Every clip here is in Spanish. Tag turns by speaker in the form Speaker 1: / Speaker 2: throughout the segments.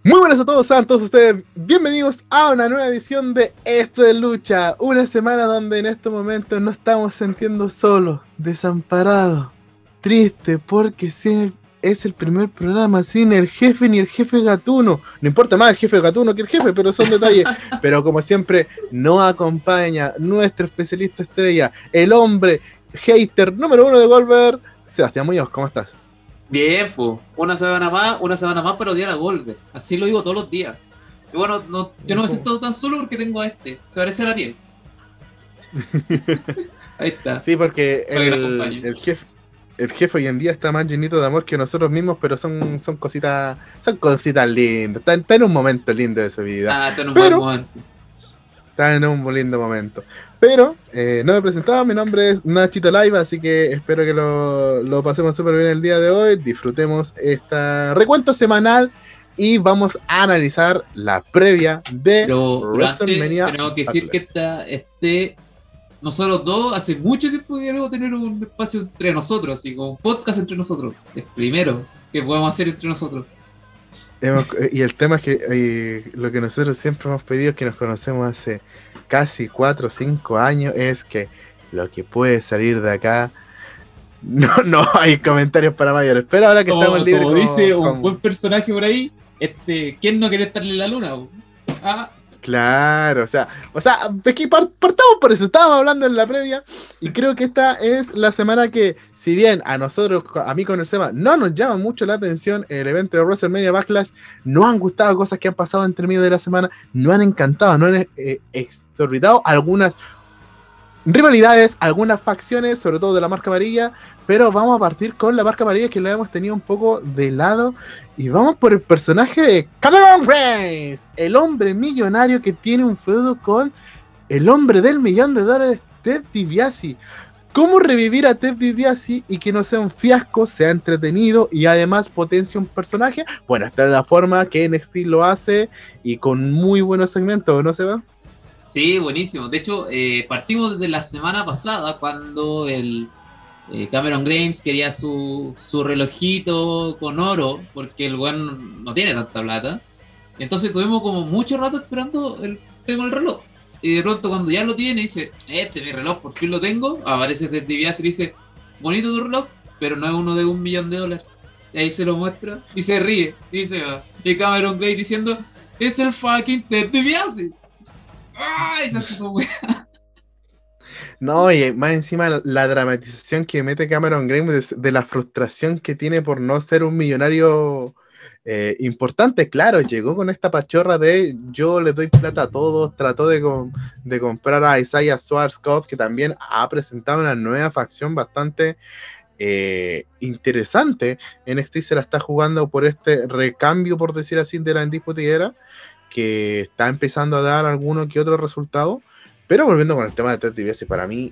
Speaker 1: Muy buenas a todos, sean todos ustedes bienvenidos a una nueva edición de Esto de Lucha. Una semana donde en estos momentos nos estamos sintiendo solos, desamparados, tristes, porque es el primer programa sin el jefe ni el jefe gatuno. No importa más el jefe gatuno que el jefe, pero son detalles. Pero como siempre, nos acompaña nuestro especialista estrella, el hombre hater número 1 de Goldberg, Sebastián Muñoz. ¿Cómo estás?
Speaker 2: Bien, pues, una semana más para odiar a Goldberg. Así lo digo todos los días. Y bueno, yo no me siento tan solo porque tengo a este. Se parece a Ariel. Ahí está.
Speaker 1: Sí, porque
Speaker 2: el
Speaker 1: jefe hoy en día está más llenito de amor que nosotros mismos, pero son cositas lindas. Está en un momento lindo de su vida.
Speaker 2: Está en un buen momento.
Speaker 1: Está en un lindo momento. Pero, no me he presentado, mi nombre es Nachito Live, así que espero que lo pasemos súper bien el día de hoy. Disfrutemos este recuento semanal y vamos a analizar la previa de WrestleMania.
Speaker 2: Tenemos que decir que nosotros dos hace mucho tiempo que queremos tener un espacio entre nosotros, así como un podcast entre nosotros. Es primero que podemos hacer entre nosotros.
Speaker 1: Y el tema es que lo que nosotros siempre hemos pedido, que nos conocemos hace casi 4 o 5 años, es que lo que puede salir de acá no hay comentarios para mayores. Pero ahora que estamos libres,
Speaker 2: como dice un buen personaje por ahí, ¿quién no quiere estarle en la luna?
Speaker 1: Claro, o sea, es que partamos por eso, estábamos hablando en la previa, y creo que esta es la semana que, si bien a nosotros, a mí con el Seba, no nos llama mucho la atención el evento de WrestleMania Backlash, nos han gustado cosas que han pasado entre medio de la semana, nos han encantado, nos han exorbitado algunas rivalidades, algunas facciones, sobre todo de la marca amarilla, pero vamos a partir con la marca amarilla, que la hemos tenido un poco de lado, y vamos por el personaje de Cameron Grimes, el hombre millonario que tiene un feudo con el hombre del $1.000.000, Ted DiBiase. ¿Cómo revivir a Ted DiBiase y que no sea un fiasco, sea entretenido y además potencie un personaje? Bueno, esta es la forma que NXT lo hace, y con muy buenos segmentos, ¿no se va?
Speaker 2: Sí, buenísimo. De hecho, partimos desde la semana pasada cuando el Cameron Grimes quería su relojito con oro porque el weón no tiene tanta plata. Entonces tuvimos como mucho rato esperando el tema del reloj. Y de pronto cuando ya lo tiene dice, mi reloj por fin lo tengo. Aparece Ted DiBiase y dice, bonito tu reloj, pero no es uno de $1.000.000. Y ahí se lo muestra y se ríe. Y se va. Y Cameron Grimes diciendo, es el fucking Ted DiBiase. ¡Ay! Se hace su wea.
Speaker 1: No, y más encima la dramatización que mete Cameron Grimes de la frustración que tiene por no ser un millonario importante. Claro, llegó con esta pachorra de yo le doy plata a todos, trató de comprar a Isaiah Scott, que también ha presentado una nueva facción bastante interesante. NXT se la está jugando por este recambio, por decir así, de la Undisputed Era, que está empezando a dar alguno que otro resultado. Pero volviendo con el tema de Ted DiBiase, para mí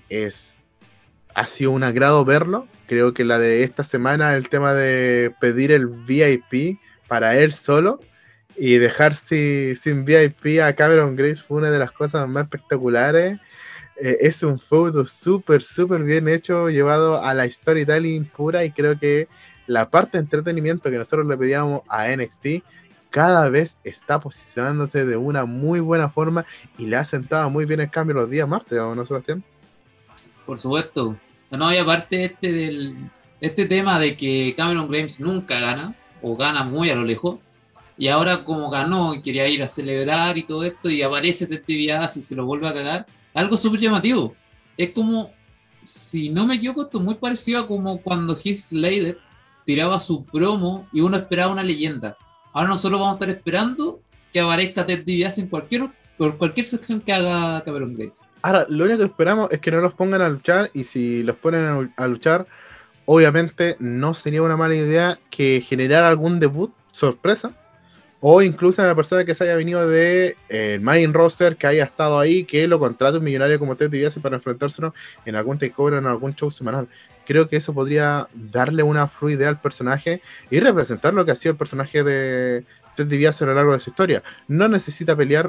Speaker 1: ha sido un agrado verlo. Creo que la de esta semana, el tema de pedir el VIP para él solo y dejar sin VIP a Cameron Grimes, fue una de las cosas más espectaculares. Es un feudo súper bien hecho, llevado a la storytelling pura, y creo que la parte de entretenimiento que nosotros le pedíamos a NXT cada vez está posicionándose de una muy buena forma, y le ha sentado muy bien el cambio los días martes, ¿no, Sebastián?
Speaker 2: Por supuesto. No, y aparte este tema de que Cameron Grimes nunca gana, o gana muy a lo lejos, y ahora como ganó y quería ir a celebrar y todo esto, y aparece Ted DiBiase y se lo vuelve a cagar, algo súper llamativo. Es como, si no me equivoco, esto es muy parecido a como cuando Heath Slater tiraba su promo y uno esperaba una leyenda. Ahora nosotros vamos a estar esperando que aparezca Ted DiBiase por cualquier sección que haga Cameron Grimes.
Speaker 1: Ahora, lo único que esperamos es que no los pongan a luchar, y si los ponen a luchar, obviamente no sería una mala idea que generara algún debut sorpresa, o incluso a la persona que se haya venido de main roster, que haya estado ahí, que lo contrate un millonario como Ted DiBiase para enfrentárselo en algún takeover o en algún show semanal. Creo que eso podría darle una fluidez al personaje y representar lo que ha sido el personaje de Ted DiBiase a lo largo de su historia. No necesita pelear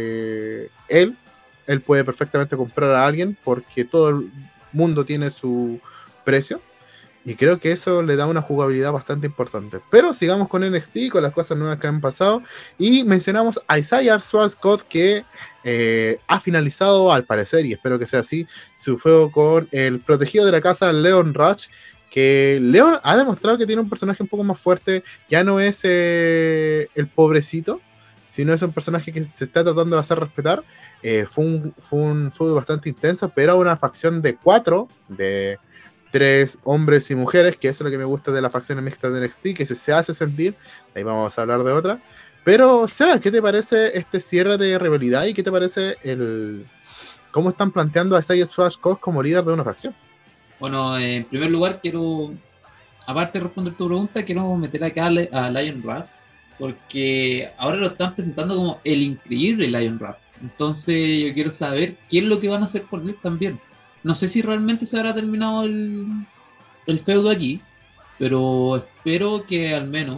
Speaker 1: él puede perfectamente comprar a alguien porque todo el mundo tiene su precio. Y creo que eso le da una jugabilidad bastante importante. Pero sigamos con NXT, con las cosas nuevas que han pasado. Y mencionamos a Isaiah Scott, que ha finalizado, al parecer, y espero que sea así, su juego con el protegido de la casa, Leon Rush. Que Leon ha demostrado que tiene un personaje un poco más fuerte. Ya no es el pobrecito, sino es un personaje que se está tratando de hacer respetar. Fue un feudo bastante intenso, pero una facción de 4, de 3 hombres y mujeres, que eso es lo que me gusta de la facción mixta de NXT, que se hace sentir. Ahí vamos a hablar de otra. Pero, Seba, ¿qué te parece este cierre de rivalidad y qué te parece cómo están planteando a Isaiah Scott como líder de una facción?
Speaker 2: Bueno, en primer lugar quiero, aparte de responder tu pregunta, quiero meter acá a Lion Rap, porque ahora lo están presentando como el increíble Lion Rap. Entonces yo quiero saber qué es lo que van a hacer con él también. No sé si realmente se habrá terminado el feudo aquí, pero espero que al menos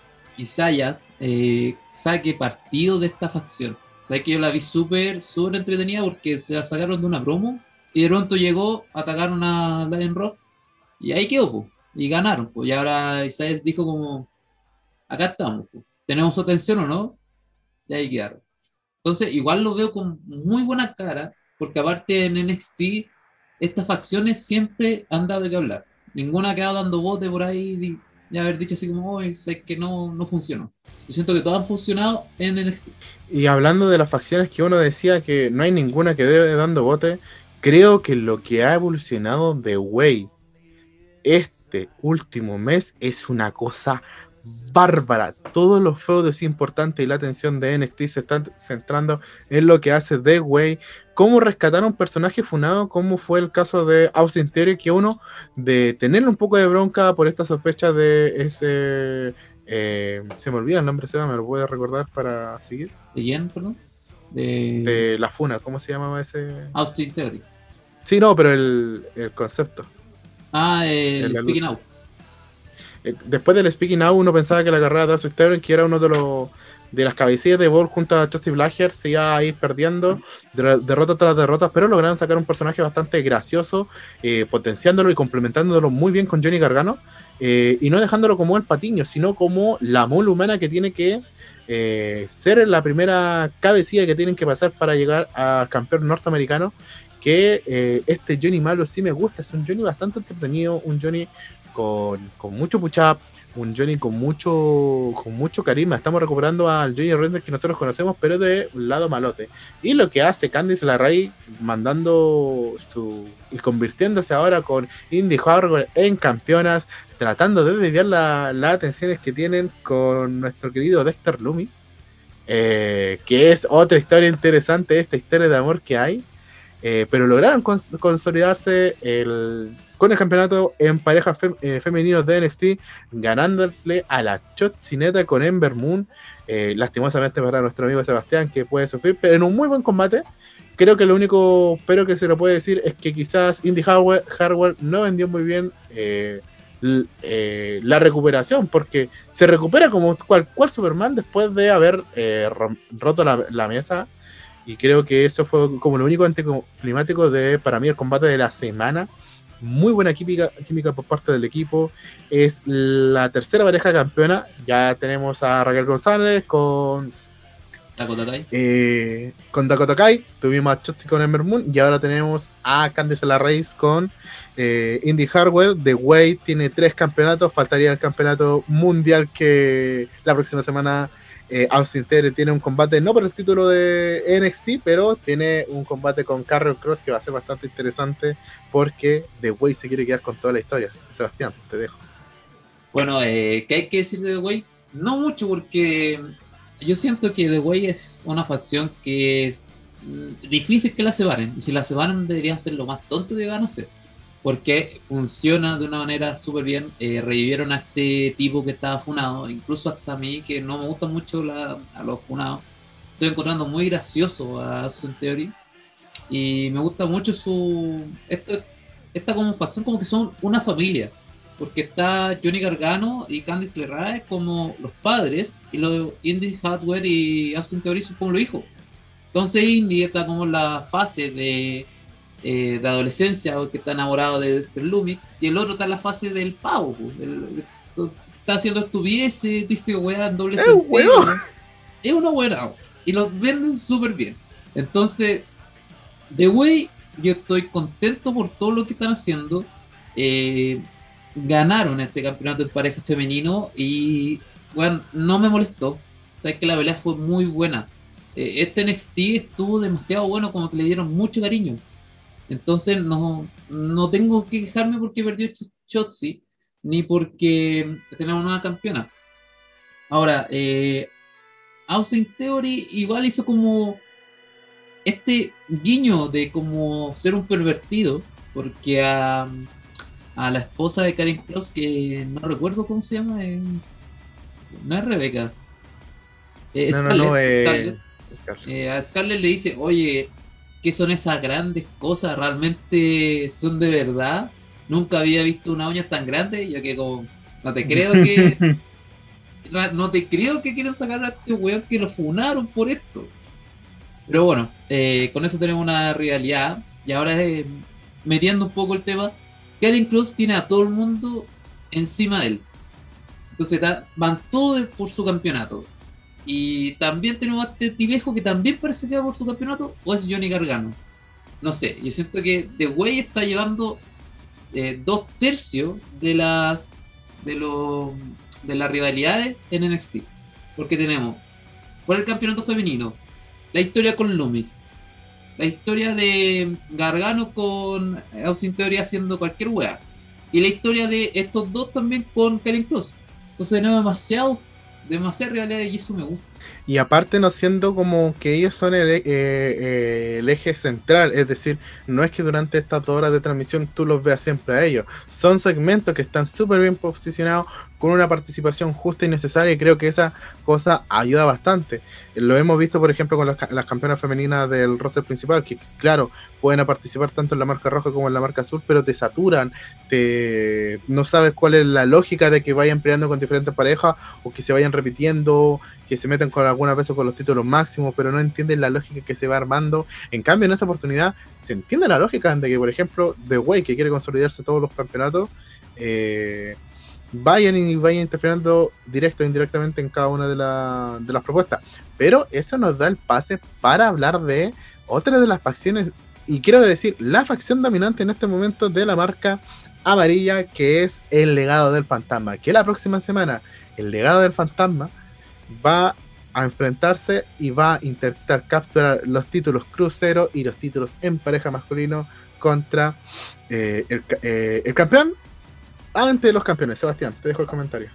Speaker 2: Isaias saque partido de esta facción. Sabes que yo la vi súper entretenida porque se la sacaron de una promo y de pronto llegó, atacaron a Lion Rock y ahí quedó, po, y ganaron, pues. Y ahora Isaias dijo como, acá estamos, po. ¿Tenemos su atención o no? Y ahí quedaron. Entonces, igual lo veo con muy buena cara, porque aparte en NXT, estas facciones siempre han dado de qué hablar. Ninguna ha quedado dando bote por ahí de haber dicho así como, hoy sé que no funcionó. Yo siento que todas han funcionado en NXT.
Speaker 1: Y hablando de las facciones que uno decía que no hay ninguna que debe dando bote, creo que lo que ha evolucionado de Way este último mes es una cosa bárbara. Todos los feudos importantes y la atención de NXT se están centrando en lo que hace The Way, cómo rescatar a un personaje funado, como fue el caso de Austin Theory, que uno de tenerle un poco de bronca por esta sospecha de ese... se me olvida el nombre, Seba, me lo puede recordar para seguir.
Speaker 2: ¿De quién, perdón?
Speaker 1: De la funa, ¿cómo se llamaba ese?
Speaker 2: Austin Theory.
Speaker 1: Sí, no, pero el concepto.
Speaker 2: El Speaking Out.
Speaker 1: Después del Speaking Out uno pensaba que la carrera de Austin Theory, que era uno de las cabecillas de Ball junto a Justin Blackheart, se iba a ir perdiendo derrota tras derrota, pero lograron sacar un personaje bastante gracioso, potenciándolo y complementándolo muy bien con Johnny Gargano, y no dejándolo como el patiño, sino como la mula humana que tiene que ser la primera cabecilla que tienen que pasar para llegar al campeón norteamericano. Que este Johnny malo sí me gusta, es un Johnny bastante entretenido, un Johnny con mucho push-up, un Johnny con mucho carisma. Estamos recuperando al Johnny Render que nosotros conocemos, pero de un lado malote. Y lo que hace Candice LeRae mandando y convirtiéndose ahora con Indi Hartwell en campeonas, tratando de desviar las atenciones que tienen con nuestro querido Dexter Lumis, que es otra historia interesante, esta historia de amor que hay. Pero lograron consolidarse con el campeonato en parejas femeninos de NXT, ganándole a la Chotzineta con Ember Moon, lastimosamente para nuestro amigo Sebastián, que puede sufrir, pero en un muy buen combate. Creo que lo único pero que se lo puede decir es que quizás Indi Hartwell no vendió muy bien la recuperación, porque se recupera como cual Superman después de haber roto la mesa. Y creo que eso fue como lo único anticlimático de, para mí, el combate de la semana. Muy buena química por parte del equipo. Es la tercera pareja campeona. Ya tenemos a Raquel González con Dakota Kai. Tuvimos a Chotzi con Ember Moon. Y ahora tenemos a Candice LeRae con Indi Hartwell. The Way tiene 3 campeonatos. Faltaría el campeonato mundial, que la próxima semana Austin Theory tiene un combate, no por el título de NXT, pero tiene un combate con Karrion Kross que va a ser bastante interesante, porque The Way se quiere quedar con toda la historia. Sebastián, te dejo.
Speaker 2: Bueno, ¿qué hay que decir de The Way? No mucho, porque yo siento que The Way es una facción que es difícil que la separen, y si la separan deberían ser lo más tonto que van a hacer, porque funciona de una manera súper bien. Revivieron a este tipo que estaba funado, incluso hasta a mí, que no me gusta mucho a los funados, estoy encontrando muy gracioso a Austin Theory, y me gusta mucho esta como facción, como que son una familia, porque está Johnny Gargano y Candice LeRae como los padres, y los Indi Hartwell y Austin Theory son como los hijos. Entonces Indi está como en la fase de de adolescencia o que está enamorado de Dexter Lumix, y el otro está en la fase del pavo, está haciendo estupideces, dice weá en doble sentido, es una buena, y los venden súper bien. Entonces, The Way, yo estoy contento por todo lo que están haciendo. Ganaron este campeonato en pareja femenino y bueno, no me molestó. Sabes que la pelea fue muy buena. Este NXT estuvo demasiado bueno, como que le dieron mucho cariño. Entonces no tengo que quejarme porque perdió Shotzi, ni porque tenemos una nueva campeona. Ahora, Austin Theory igual hizo como este guiño de como ser un pervertido, porque a la esposa de Karen Cross, que no recuerdo cómo se llama, no es Rebeca, Scarlett, a Scarlett le dice, oye, ¿qué son esas grandes cosas? ¿Realmente son de verdad? Nunca había visto una uña tan grande. Yo que como, no te creo que quieren sacar a este weón que lo funaron por esto. Pero bueno, con eso tenemos una rivalidad. Y ahora metiendo un poco el tema, Karen Cross tiene a todo el mundo encima de él. Entonces van todos por su campeonato. Y también tenemos a este tibejo que también parece que va por su campeonato, o es Johnny Gargano. No sé, yo siento que The Way está llevando 2/3 de las rivalidades en NXT. Porque tenemos por el campeonato femenino la historia con Lumix, la historia de Gargano con Austin Theory haciendo cualquier wea, y la historia de estos dos también con Karen Cross. Entonces tenemos demasiada rivalidad y eso me gusta.
Speaker 1: Y aparte no siendo como que ellos son el eje central, es decir, no es que durante estas 2 horas de transmisión tú los veas siempre a ellos, son segmentos que están súper bien posicionados con una participación justa y necesaria, y creo que esa cosa ayuda bastante. Lo hemos visto por ejemplo con las campeonas femeninas del roster principal, que claro, pueden participar tanto en la marca roja como en la marca azul, pero te saturan, no sabes cuál es la lógica de que vayan peleando con diferentes parejas o que se vayan repitiendo, que se meten con algunas veces con los títulos máximos, pero no entienden la lógica que se va armando. En cambio, en esta oportunidad se entiende la lógica de que, por ejemplo, The Way, que quiere consolidarse todos los campeonatos, vayan interfiriendo directo e indirectamente en cada una de las propuestas. Pero eso nos da el pase para hablar de otra de las facciones, y quiero decir, la facción dominante en este momento de la marca amarilla, que es el Legado del Fantasma, que la próxima semana el Legado del Fantasma va a enfrentarse y va a intentar capturar los títulos crucero y los títulos en pareja masculino contra el campeón ante los campeones. Sebastián, te dejo el comentario.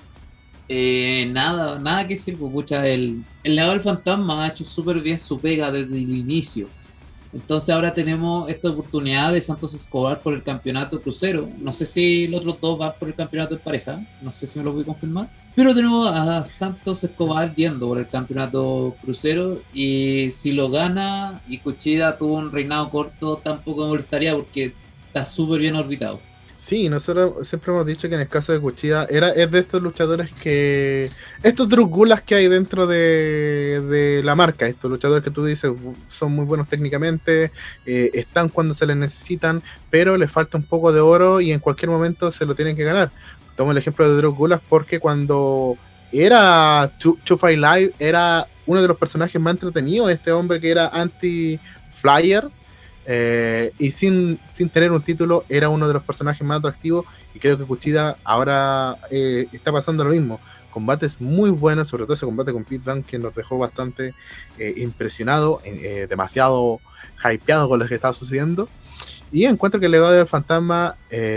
Speaker 2: Nada que decir, pues, pucha, el Legado del Fantasma ha hecho súper bien su pega desde el inicio. Entonces ahora tenemos esta oportunidad de Santos Escobar por el campeonato crucero. No sé si los otros dos van por el campeonato en pareja, no sé si me lo voy a confirmar. Pero tenemos a Santos Escobar yendo por el campeonato crucero, y si lo gana y Kushida tuvo un reinado corto, tampoco me molestaría porque está súper bien orbitado.
Speaker 1: Sí, nosotros siempre hemos dicho que en el caso de Kushida es de estos luchadores que... Estos drugulas que hay dentro de la marca, estos luchadores que tú dices son muy buenos técnicamente, están cuando se les necesitan, pero les falta un poco de oro y en cualquier momento se lo tienen que ganar. Tomo el ejemplo de Drew Gulak porque cuando era 2Fight Live era uno de los personajes más entretenidos, este hombre que era anti-flyer, y sin tener un título era uno de los personajes más atractivos, y creo que Kushida ahora está pasando lo mismo. Combates muy buenos, sobre todo ese combate con Pete Dunne que nos dejó bastante impresionado, demasiado hypeado con lo que estaba sucediendo, y encuentro que el Legado del Fantasma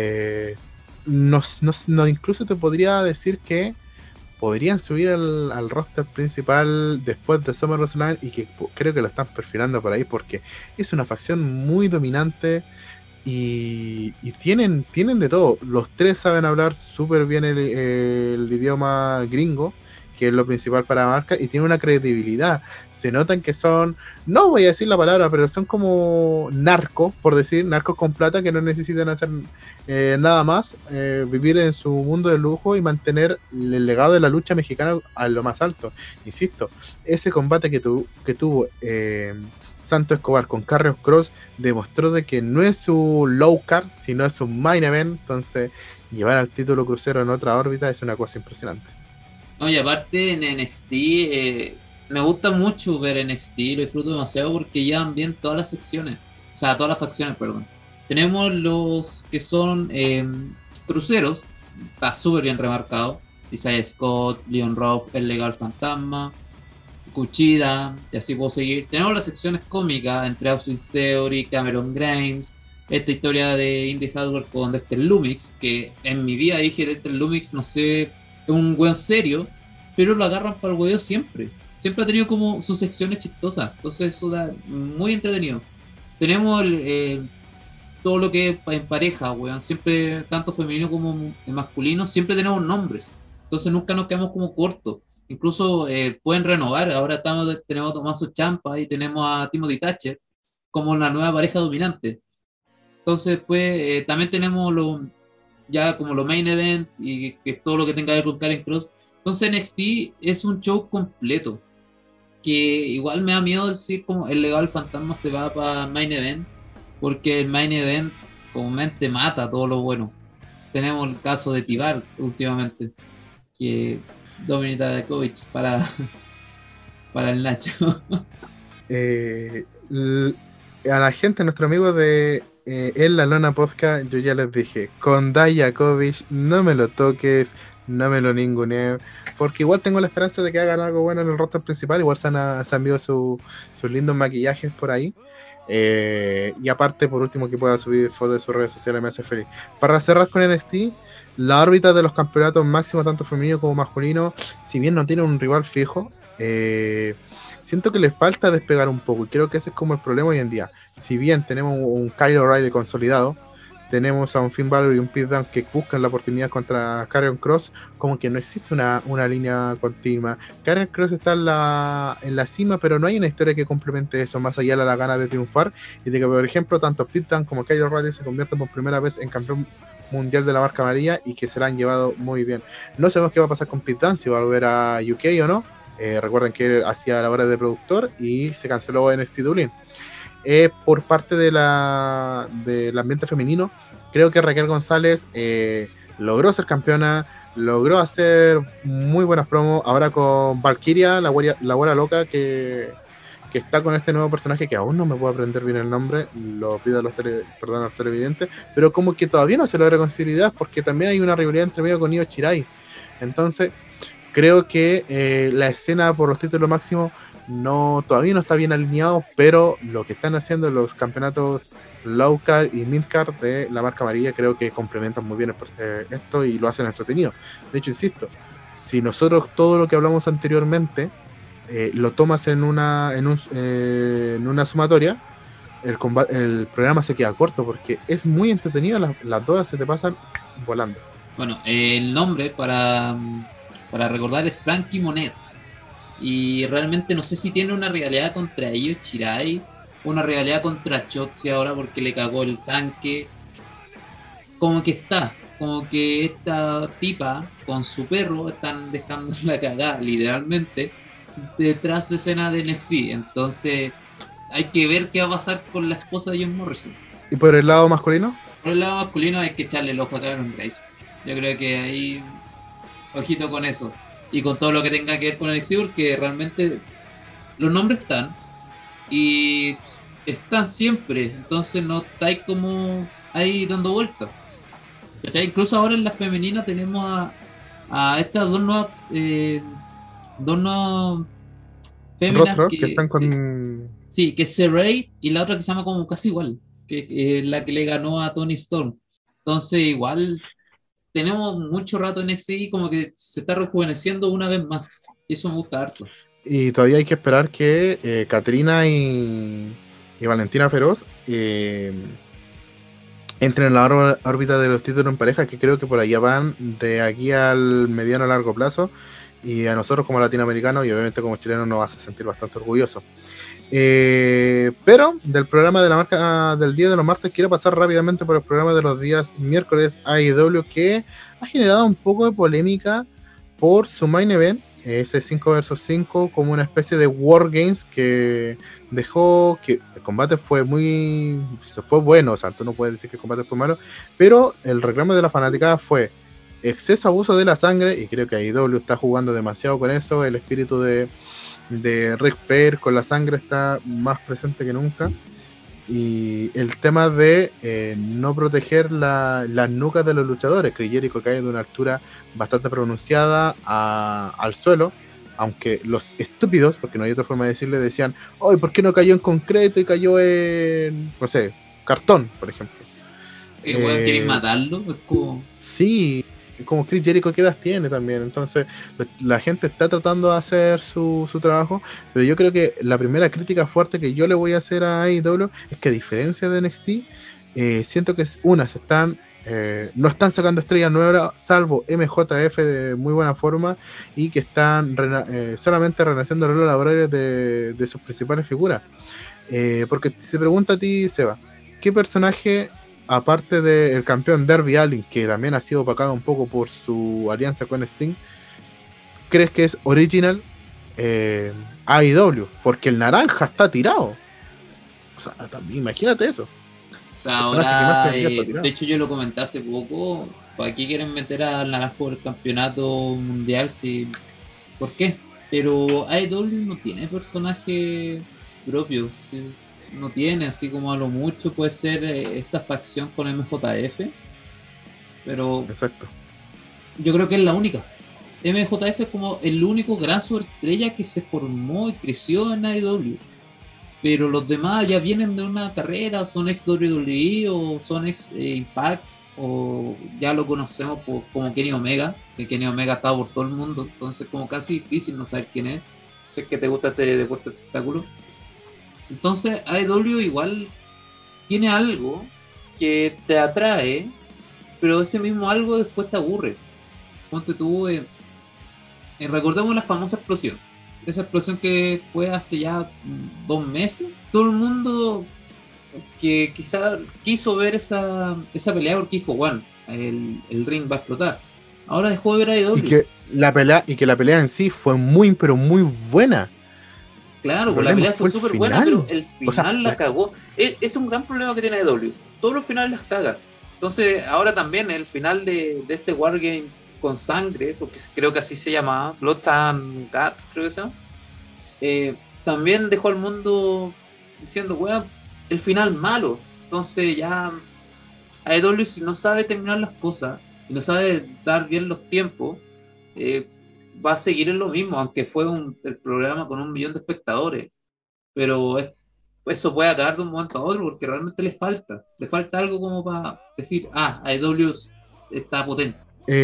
Speaker 1: incluso te podría decir que podrían subir al roster principal después de SummerSlam, y que creo que lo están perfilando por ahí porque es una facción muy dominante y tienen de todo. Los tres saben hablar súper bien el idioma gringo, que es lo principal para la marca, y tiene una credibilidad. Se notan que son, no voy a decir la palabra, pero son como narcos, por decir, narcos con plata, que no necesitan hacer nada más, vivir en su mundo de lujo y mantener el legado de la lucha mexicana a lo más alto. Insisto, ese combate que tuvo Santos Escobar con Carrion Cross demostró de que no es su low card, sino es su main event. Entonces, llevar al título crucero en otra órbita es una cosa impresionante.
Speaker 2: No, y aparte en NXT, me gusta mucho ver NXT, lo disfruto demasiado porque llevan bien todas las secciones, o sea, todas las facciones, perdón. Tenemos los que son cruceros, está súper bien remarcado. Isaiah Scott, Leon Ruff, El Legal Fantasma, Kuchida, y así puedo seguir. Tenemos las secciones cómicas entre Austin Theory, Cameron Grimes, esta historia de Indie Hardware con Dexter Lumix, que en mi vida dije Dexter Lumix, no sé, es un weón serio, pero lo agarran para el weón siempre. Siempre ha tenido como sus secciones chistosas, entonces eso da muy entretenido. Tenemos todo lo que es en pareja, weón, siempre, tanto femenino como masculino, siempre tenemos nombres, entonces nunca nos quedamos como cortos. Incluso pueden renovar, ahora tenemos a Tommaso Ciampa y tenemos a Timothy Thatcher como la nueva pareja dominante. Entonces, pues, también tenemos ya como lo main event y que es todo lo que tenga que ver con Karen Cross. Entonces, NXT es un show completo. Que igual me da miedo decir como el legado del fantasma se va para main event, porque el main event comúnmente mata todo lo bueno. Tenemos el caso de Tibar últimamente, que Dominik Dijakovic para el Nacho.
Speaker 1: A la gente, nuestro amigo de En la Lona Podcast, yo ya les dije, con Dijakovic no me lo toques, no me lo ningunees, porque igual tengo la esperanza de que hagan algo bueno en el roster principal. Igual se han visto sus lindos maquillajes por ahí. Y aparte, por último, que pueda subir fotos de sus redes sociales me hace feliz. Para cerrar con NXT, la órbita de los campeonatos máximos, tanto femenino como masculino, si bien no tiene un rival fijo, siento que les falta despegar un poco, y creo que ese es como el problema hoy en día. Si bien tenemos un Kyle O'Reilly consolidado, tenemos a un Finn Balor y un Pete Dunne que buscan la oportunidad contra Karrion Kross, como que no existe una línea continua. Karrion Kross está en la cima, pero no hay una historia que complemente eso, más allá de la gana de triunfar, y de que, por ejemplo, tanto Pete Dunne como Kyle O'Reilly se convierten por primera vez en campeón mundial de la marca amarilla, y que se la han llevado muy bien. No sabemos qué va a pasar con Pete Dunne, si va a volver a UK o no. Recuerden que él hacía labores de productor y se canceló en NXT Dublin. Por parte del ambiente femenino, creo que Raquel González logró ser campeona, logró hacer muy buenas promos. Ahora con Valkyria, la güera loca, que está con este nuevo personaje que aún no me puedo aprender bien el nombre, lo pido a los televidentes, pero como que todavía no se logra considerar, porque también hay una rivalidad entre medio con Io Shirai. Entonces, creo que la escena por los títulos máximos todavía no está bien alineado, pero lo que están haciendo los campeonatos low card y mid card de la marca amarilla creo que complementan muy bien esto y lo hacen entretenido. De hecho, insisto, si nosotros todo lo que hablamos anteriormente lo tomas en una sumatoria, el programa se queda corto, porque es muy entretenido, las 2 horas se te pasan volando.
Speaker 2: Bueno, el nombre para recordar es Frankie Monet. Y realmente no sé si tiene una rivalidad contra Io Shirai, una rivalidad contra Shotzi ahora porque le cagó el tanque. Como que esta tipa con su perro están dejando la cagada literalmente detrás de escena de NXT. Entonces hay que ver qué va a pasar con la esposa de John Morrison.
Speaker 1: ¿Y por el lado masculino?
Speaker 2: Por el lado masculino hay que echarle el ojo a Cameron Grimes. Yo creo que ahí, ojito con eso. Y con todo lo que tenga que ver con el NXT, porque realmente los nombres están y están siempre, entonces no estáis como ahí dando vueltas. Incluso ahora en la femenina tenemos a estas dos nuevas féminas
Speaker 1: que están con...
Speaker 2: Sí, que es Sarray y la otra que se llama como casi igual, que es la que le ganó a Toni Storm. Entonces igual tenemos mucho rato en NXT como que se está rejuveneciendo una vez más. Y eso me gusta harto.
Speaker 1: Y todavía hay que esperar que Catrina y Valentina Feroz entren en la órbita de los títulos en pareja, que creo que por allá van de aquí al mediano a largo plazo. Y a nosotros como latinoamericanos y obviamente como chilenos nos vas a sentir bastante orgullosos. Pero del programa de la marca del día de los martes, quiero pasar rápidamente por el programa de los días miércoles AEW, que ha generado un poco de polémica por su main event, ese 5 versus 5 como una especie de Wargames que dejó que el combate fue bueno, o sea, tú no puedes decir que el combate fue malo, pero el reclamo de la fanaticada fue exceso abuso de la sangre, y creo que AEW está jugando demasiado con eso, el espíritu de Ric Flair con la sangre está más presente que nunca. Y el tema de no proteger las nucas de los luchadores. Chris Jericho cae de una altura bastante pronunciada al suelo, aunque los estúpidos, porque no hay otra forma de decirle, decían, ¡ay, ¿por qué no cayó en concreto y cayó en, no sé, cartón, por ejemplo?
Speaker 2: ¿Quieren matarlo? Es como...
Speaker 1: Sí, como Chris Jericho, ¿qué edad tiene también? Entonces la gente está tratando de hacer su trabajo, pero yo creo que la primera crítica fuerte que yo le voy a hacer a AEW es que, a diferencia de NXT, siento que no están sacando estrellas nuevas, salvo MJF de muy buena forma, y que están solamente renaciendo los laborales de sus principales figuras. Porque si se pregunta a ti, Seba, ¿qué personaje, aparte del campeón Darby Allin, que también ha sido opacado un poco por su alianza con Sting, crees que es original AEW? Porque el naranja está tirado. O sea, imagínate eso.
Speaker 2: O sea, ahora, de hecho yo lo comenté hace poco, ¿para qué quieren meter al naranja por el campeonato mundial? ¿Por qué? Pero AEW no tiene personaje propio, ¿sí? No tiene, así como a lo mucho puede ser esta facción con MJF, pero
Speaker 1: exacto,
Speaker 2: yo creo que es la única. MJF es como el único gran superestrella que se formó y creció en AEW, pero los demás ya vienen de una carrera, son ex WWE o son ex Impact, o ya lo conocemos como Kenny Omega, que Kenny Omega está por todo el mundo, entonces como casi difícil no saber quién es. Sé que te gusta este deporte espectáculo. Entonces AEW igual tiene algo que te atrae, pero ese mismo algo después te aburre. Ponte tú, recordemos la famosa explosión. Esa explosión que fue hace ya 2 meses. Todo el mundo que quizá quiso ver esa pelea porque dijo, bueno, el ring va a explotar. Ahora dejó de ver AEW.
Speaker 1: Y que la pelea en sí fue muy, pero muy buena.
Speaker 2: Claro, pues la pelea fue súper buena, pero el final la cagó. Es un gran problema que tiene AEW. Todos los finales las cagan. Entonces, ahora también el final de este Wargames con sangre, porque creo que así se llamaba, Blood and Guts, creo que se llama, también dejó al mundo diciendo, weón, el final malo. Entonces ya AEW, si no sabe terminar las cosas y no sabe dar bien los tiempos, va a seguir en lo mismo, aunque fue el programa con 1 millón de espectadores, pero eso puede acabar de un momento a otro porque realmente le falta algo como para decir, AEW está potente.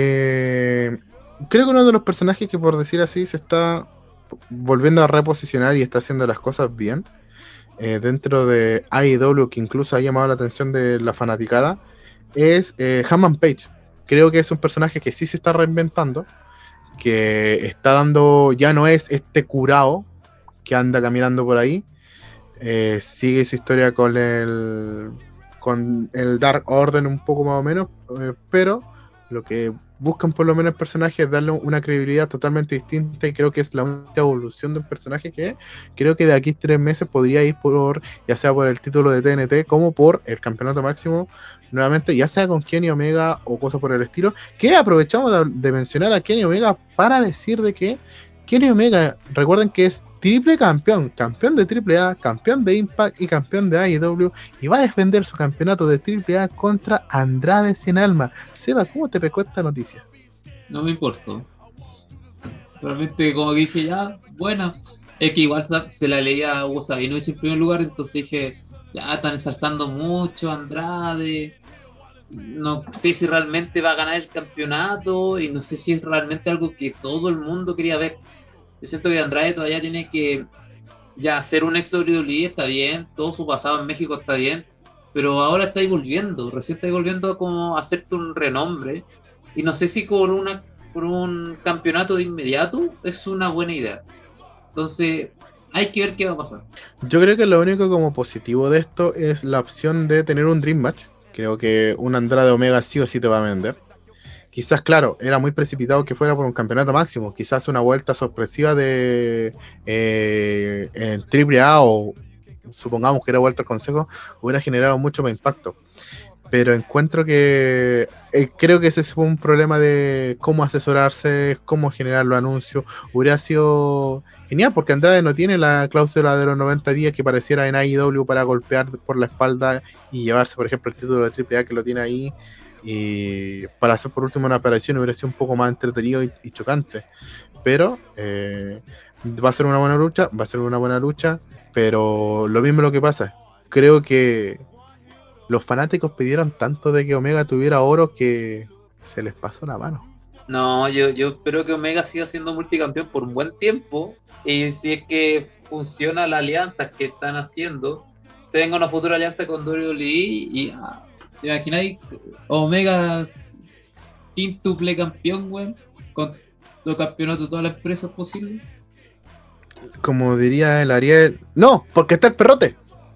Speaker 1: Creo que uno de los personajes que, por decir así, se está volviendo a reposicionar y está haciendo las cosas bien dentro de AEW, que incluso ha llamado la atención de la fanaticada, es Hangman Page. Creo que es un personaje que sí se está reinventando, que está dando, ya no es este curao que anda caminando por ahí, sigue su historia con el Dark Order un poco más o menos, pero lo que buscan por lo menos el personaje es darle una credibilidad totalmente distinta, y creo que es la única evolución de un personaje que creo que de aquí 3 meses podría ir ya sea por el título de TNT como por el campeonato máximo nuevamente, ya sea con Kenny Omega o cosas por el estilo, que aprovechamos de mencionar a Kenny Omega para decir de que Kenny Omega, recuerden que es triple campeón de AAA, campeón de Impact y campeón de AEW, y va a defender su campeonato de AAA contra Andrade Cien Alma. Seba, ¿cómo te pescó esta noticia?
Speaker 2: No me importó. Realmente, como que dije, ya, buena. Es que igual se la leía a Hugo Sabinovich en primer lugar, entonces dije, ya están ensalzando mucho a Andrade. No sé si realmente va a ganar el campeonato y no sé si es realmente algo que todo el mundo quería ver. Yo siento que Andrade todavía tiene que ya ser un ex WWE, está bien, todo su pasado en México está bien, pero ahora está ahí volviendo, recién está ahí volviendo a como hacerte un renombre, y no sé si por un campeonato de inmediato es una buena idea. Entonces hay que ver qué va a pasar.
Speaker 1: Yo creo que lo único como positivo de esto es la opción de tener un Dream Match. Creo que un Andrade Omega sí o sí te va a vender. quizás, claro, era muy precipitado que fuera por un campeonato máximo. Quizás una vuelta sorpresiva de en AAA o supongamos que era vuelta al consejo hubiera generado mucho más impacto. Pero encuentro que creo que ese fue un problema de cómo asesorarse, cómo generar los anuncios. Hubiera sido genial porque Andrade no tiene la cláusula de los 90 días que pareciera en AEW para golpear por la espalda y llevarse, por ejemplo, el título de AAA que lo tiene ahí. Y para hacer por último una aparición hubiera sido un poco más entretenido y chocante. Pero va a ser una buena lucha, pero lo mismo lo que pasa. Creo que los fanáticos pidieron tanto de que Omega tuviera oro que se les pasó la mano.
Speaker 2: No, yo espero que Omega siga siendo multicampeón por un buen tiempo. Y si es que funciona la alianza que están haciendo, se venga una futura alianza con WWE y ¿te imagináis? Omega quíntuple campeón, güey, con los campeonatos de todas las empresas posibles.
Speaker 1: Como diría el Ariel, no, porque está el perrote.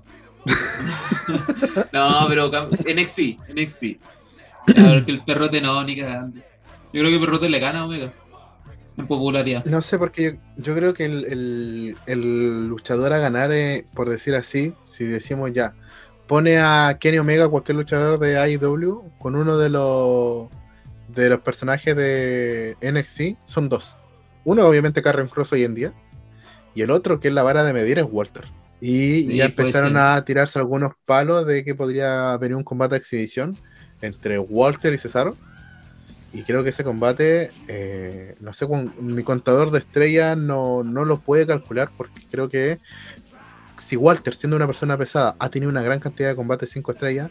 Speaker 2: No, pero NXT. Claro, que el perrote no, ni cagando. Yo creo que el perrote le gana a Omega en popularidad.
Speaker 1: No sé, porque yo creo que el luchador a ganar, por decir así, si decimos ya, pone a Kenny Omega, cualquier luchador de AEW, con uno de los personajes de NXT, son dos. Uno, obviamente, Karrion Kross hoy en día, y el otro, que es la vara de medir, es Walter. Y
Speaker 2: Sí,
Speaker 1: ya empezaron a tirarse algunos palos de que podría venir un combate de exhibición entre Walter y Cesaro. Y creo que ese combate, no sé, mi contador de estrellas no lo puede calcular, porque creo que si Walter, siendo una persona pesada, ha tenido una gran cantidad de combates 5 estrellas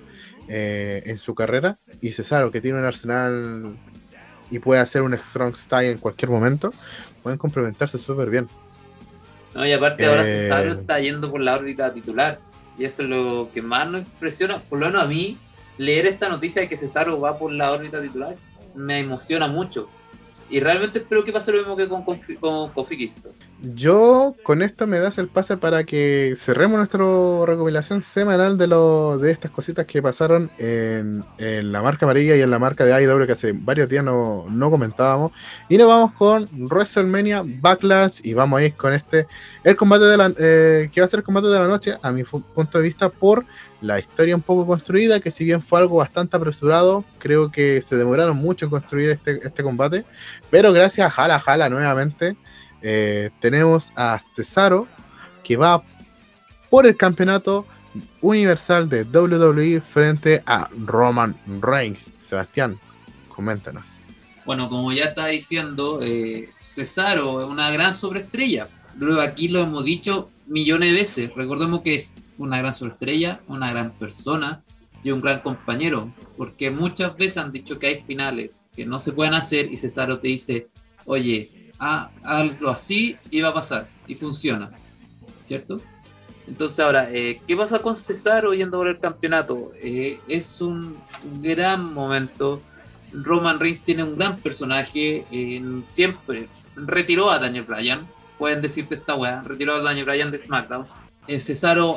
Speaker 1: en su carrera, y Cesaro, que tiene un arsenal y puede hacer un strong style en cualquier momento, pueden complementarse súper bien.
Speaker 2: No, y aparte ahora Cesaro está yendo por la órbita titular. Y eso es lo que más nos impresiona. Por lo menos a mí, leer esta noticia de que Cesaro va por la órbita titular me emociona mucho. Y realmente espero que pase lo mismo que con Kofi Kingston.
Speaker 1: Yo con esto me das el pase para que cerremos nuestra recopilación semanal de estas cositas que pasaron en la marca amarilla y en la marca de AEW, que hace varios días no comentábamos. Y nos vamos con WrestleMania Backlash y vamos a ir con el combate que va a ser el combate de la noche, a mi punto de vista, por la historia un poco construida, que si bien fue algo bastante apresurado, creo que se demoraron mucho en construir este combate, pero gracias a Jala nuevamente, tenemos a Cesaro, que va por el campeonato universal de WWE frente a Roman Reigns. Sebastián, coméntanos.
Speaker 2: Bueno, como ya está diciendo, Cesaro es una gran sobreestrella. Luego aquí lo hemos dicho millones de veces. Recordemos que es una gran sobreestrella, una gran persona y un gran compañero, porque muchas veces han dicho que hay finales que no se pueden hacer y Cesaro te dice, oye, hazlo así y va a pasar, y funciona, ¿cierto? Entonces ahora, ¿qué pasa con Cesaro yendo por el campeonato? Es un gran momento. Roman Reigns tiene un gran personaje, siempre retiró a Daniel Bryan, pueden decirte esta weá, retiró a Daniel Bryan de SmackDown. Cesaro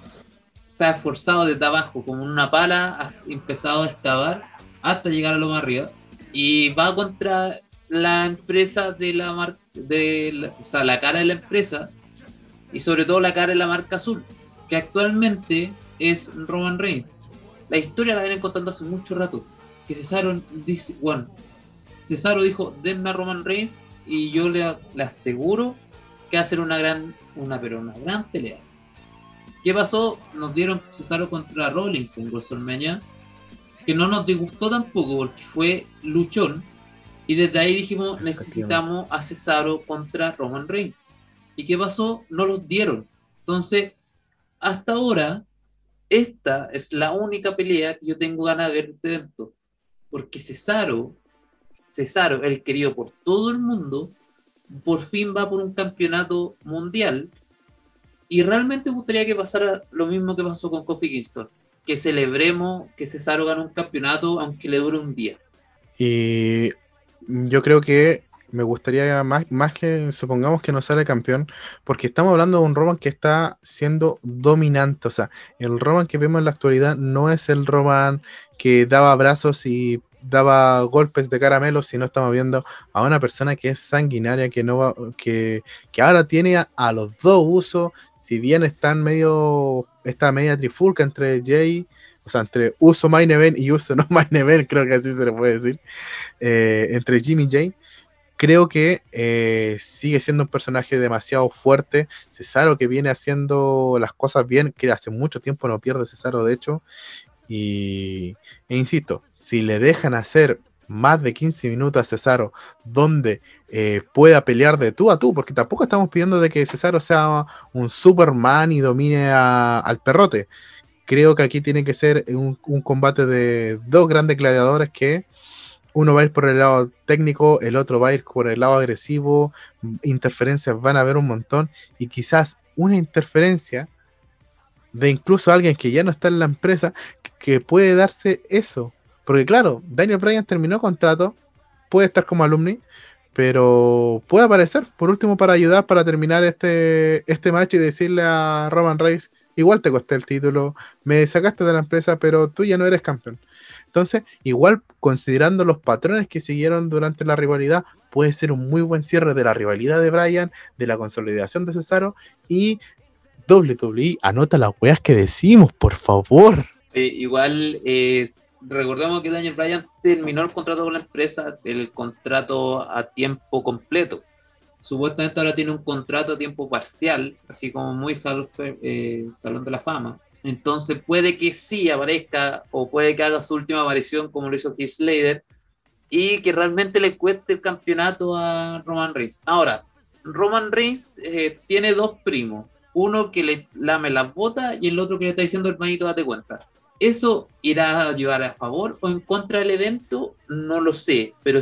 Speaker 2: se ha esforzado desde abajo, como una pala, ha empezado a excavar hasta llegar a lo más arriba, y va contra la empresa de la marca, o sea, la cara de la empresa, y sobre todo la cara de la marca azul, que actualmente es Roman Reigns. La historia la vienen contando hace mucho rato, que Cesaro dice, bueno, Cesaro dijo, denme a Roman Reigns y yo le aseguro que va a ser una gran pelea. ¿Qué pasó? Nos dieron Cesaro contra Rollins en WrestleMania, que no nos disgustó tampoco porque fue luchón, y desde ahí dijimos, necesitamos a Cesaro contra Roman Reigns. ¿Y qué pasó? No los dieron. Entonces, hasta ahora, esta es la única pelea que yo tengo ganas de ver de este evento, porque Cesaro, el querido por todo el mundo, por fin va por un campeonato mundial. Y realmente me gustaría que pasara lo mismo que pasó con Kofi Kingston, que celebremos que Cesaro ganó un campeonato aunque le dure un día.
Speaker 1: Y yo creo que me gustaría más que supongamos que no sale campeón, porque estamos hablando de un Roman que está siendo dominante. O sea, el Roman que vemos en la actualidad no es el Roman que daba abrazos y daba golpes de caramelo, sino estamos viendo a una persona que es sanguinaria, que no va, que ahora tiene a los dos usos, si bien están esta media trifulca entre Jay, o sea, entre uso main event y uso no main event, creo que así se le puede decir, entre Jimmy y Jay. Creo que sigue siendo un personaje demasiado fuerte. Cesaro, que viene haciendo las cosas bien, que hace mucho tiempo no pierde Cesaro, de hecho. E insisto, si le dejan hacer más de 15 minutos a Cesaro, donde pueda pelear de tú a tú, porque tampoco estamos pidiendo de que Cesaro sea un Superman y domine al perrote. Creo que aquí tiene que ser un combate de dos grandes gladiadores que uno va a ir por el lado técnico, el otro va a ir por el lado agresivo, interferencias van a haber un montón, y quizás una interferencia de incluso alguien que ya no está en la empresa, que puede darse eso. Porque claro, Daniel Bryan terminó contrato, puede estar como alumni, pero puede aparecer, por último, para ayudar, para terminar este match y decirle a Roman Reigns, igual te costé el título, me sacaste de la empresa, pero tú ya no eres campeón. Entonces, igual considerando los patrones que siguieron durante la rivalidad, puede ser un muy buen cierre de la rivalidad de Bryan, de la consolidación de Cesaro, y WWE, anota las weas que decimos, por favor.
Speaker 2: Igual, recordemos que Daniel Bryan terminó el contrato con la empresa, el contrato a tiempo completo. Supuestamente ahora tiene un contrato a tiempo parcial, así como muy Salón de la Fama. Entonces puede que sí aparezca o puede que haga su última aparición como lo hizo Heath Slater y que realmente le cueste el campeonato a Roman Reigns. Ahora, Roman Reigns tiene dos primos, uno que le lame las botas y el otro que le está diciendo hermanito date cuenta. ¿Eso irá a llevar a favor o en contra del evento? No lo sé, pero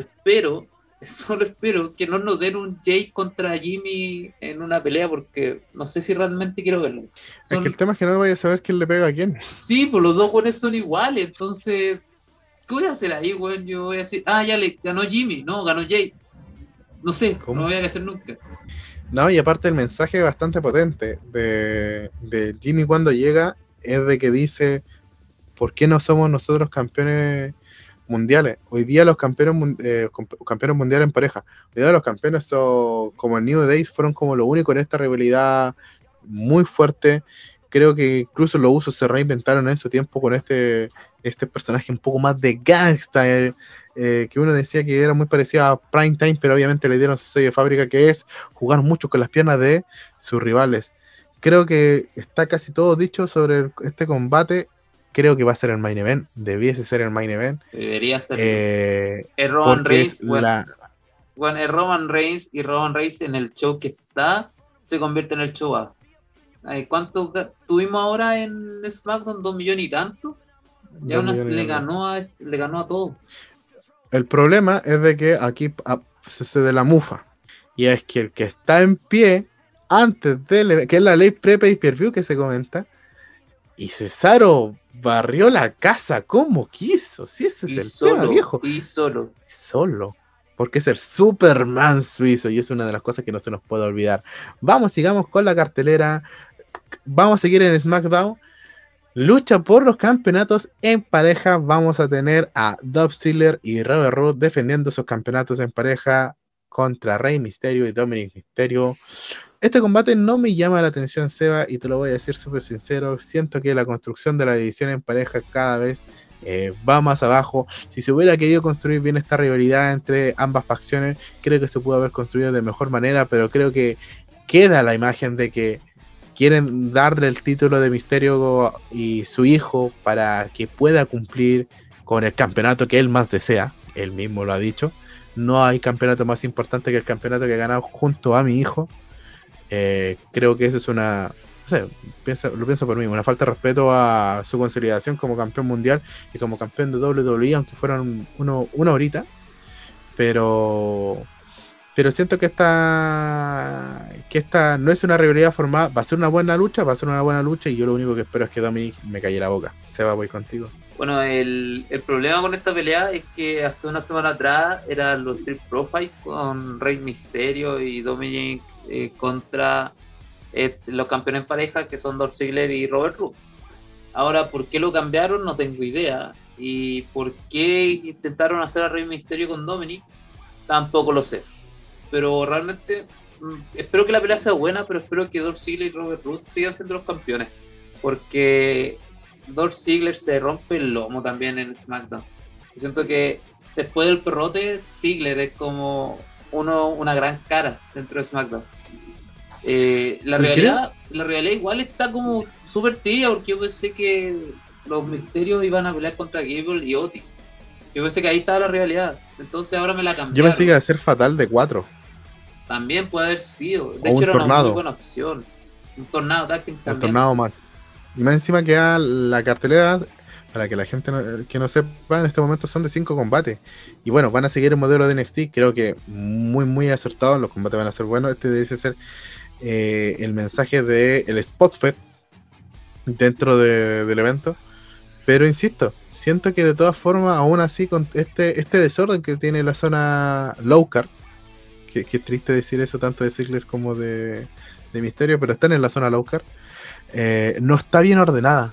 Speaker 2: solo espero que no nos den un Jay contra Jimmy en una pelea porque no sé si realmente quiero verlo.
Speaker 1: Es que el tema es que no vaya a saber quién le pega a quién.
Speaker 2: Sí, pues los dos güeyes son iguales, entonces, ¿qué voy a hacer ahí, güey? Yo voy a decir, ya le ganó Jimmy, no, ganó Jay. No sé, ¿cómo? No voy a gastar nunca.
Speaker 1: No, y aparte el mensaje bastante potente de Jimmy cuando llega es de que dice, ¿por qué no somos nosotros campeones mundiales? Hoy día los campeones mundiales en pareja, hoy día los campeones son, como el New Days, fueron como lo único en esta rivalidad muy fuerte. Creo que incluso los usos se reinventaron en su tiempo con este personaje un poco más de gangster, que uno decía que era muy parecido a Prime Time, pero obviamente le dieron su sello de fábrica, que es jugar mucho con las piernas de sus rivales. Creo que está casi todo dicho sobre este combate. Creo que va a ser el main event, debiese ser el main event.
Speaker 2: Debería ser. El Roman Reigns, bueno, el Roman Reigns y Roman Reigns en el show que está, se convierte en el show A. ¿Cuánto tuvimos ahora en SmackDown? 2 millones y tanto. Ya le ganó a todos.
Speaker 1: El problema es de que aquí sucede la mufa. Y es que el que está en pie, antes de que es la ley pre-pay-per-view que se comenta, y Cesaro barrió la casa como quiso. Si ese es el tema, viejo.
Speaker 2: Y solo.
Speaker 1: Porque es el Superman suizo y es una de las cosas que no se nos puede olvidar. Sigamos con la cartelera. Vamos a seguir en SmackDown. Lucha por los campeonatos en pareja. Vamos a tener a Dolph Ziggler y Robert Roode defendiendo sus campeonatos en pareja contra Rey Mysterio y Dominic Mysterio. Este combate no me llama la atención, Seba, y te lo voy a decir súper sincero. Siento que la construcción de la división en pareja cada vez va más abajo. Si se hubiera querido construir bien esta rivalidad entre ambas facciones, creo que se pudo haber construido de mejor manera, pero creo que queda la imagen de que quieren darle el título de Mysterio y su hijo para que pueda cumplir con el campeonato que él más desea. Él mismo lo ha dicho. No hay campeonato más importante que el campeonato que he ganado junto a mi hijo. Creo que eso es una, no sé, lo pienso por mí, una falta de respeto a su consolidación como campeón mundial y como campeón de WWE, aunque fueran una horita, pero siento que esta no es una rivalidad formada. Va a ser una buena lucha, y yo lo único que espero es que Dominic me calle la boca. Seba, voy contigo.
Speaker 2: Bueno, el problema con esta pelea es que hace una semana atrás eran los Street Profile con Rey Mysterio y Dominic contra los campeones en pareja que son Dolph Ziggler y Robert Roode. Ahora, ¿por qué lo cambiaron? No tengo idea. y por qué intentaron hacer a Rey Mysterio con Dominic, tampoco lo sé. Pero realmente espero que la pelea sea buena, pero espero que Dolph Ziggler y Robert Roode sigan siendo los campeones, porque Dolph Ziggler se rompe el lomo también en SmackDown. Yo siento que después del perrote, Ziggler es como una gran cara dentro de SmackDown. La realidad igual está como súper tibia, porque yo pensé que los Misterios iban a pelear contra Gable y Otis. Yo pensé que ahí estaba la realidad. Entonces ahora me la cambiaron.
Speaker 1: Yo pensé que iba a ser fatal de 4.
Speaker 2: También puede haber sido. De
Speaker 1: O
Speaker 2: hecho,
Speaker 1: un
Speaker 2: era
Speaker 1: tornado.
Speaker 2: una muy buena opción. Un tornado tag team
Speaker 1: El
Speaker 2: también.
Speaker 1: tornado más. Y más encima queda la cartelera, para que la gente que no sepa, en este momento son de 5 combates. Y bueno, van a seguir el modelo de NXT. Creo que muy acertado. Los combates van a ser buenos. Este debe ser el mensaje del Spot Fest dentro del evento. Pero insisto, siento que de todas formas, aún así, con este desorden que tiene la zona low card, que es triste decir eso tanto de Ziggler como de Mysterio, pero están en la zona low card, no está bien ordenada.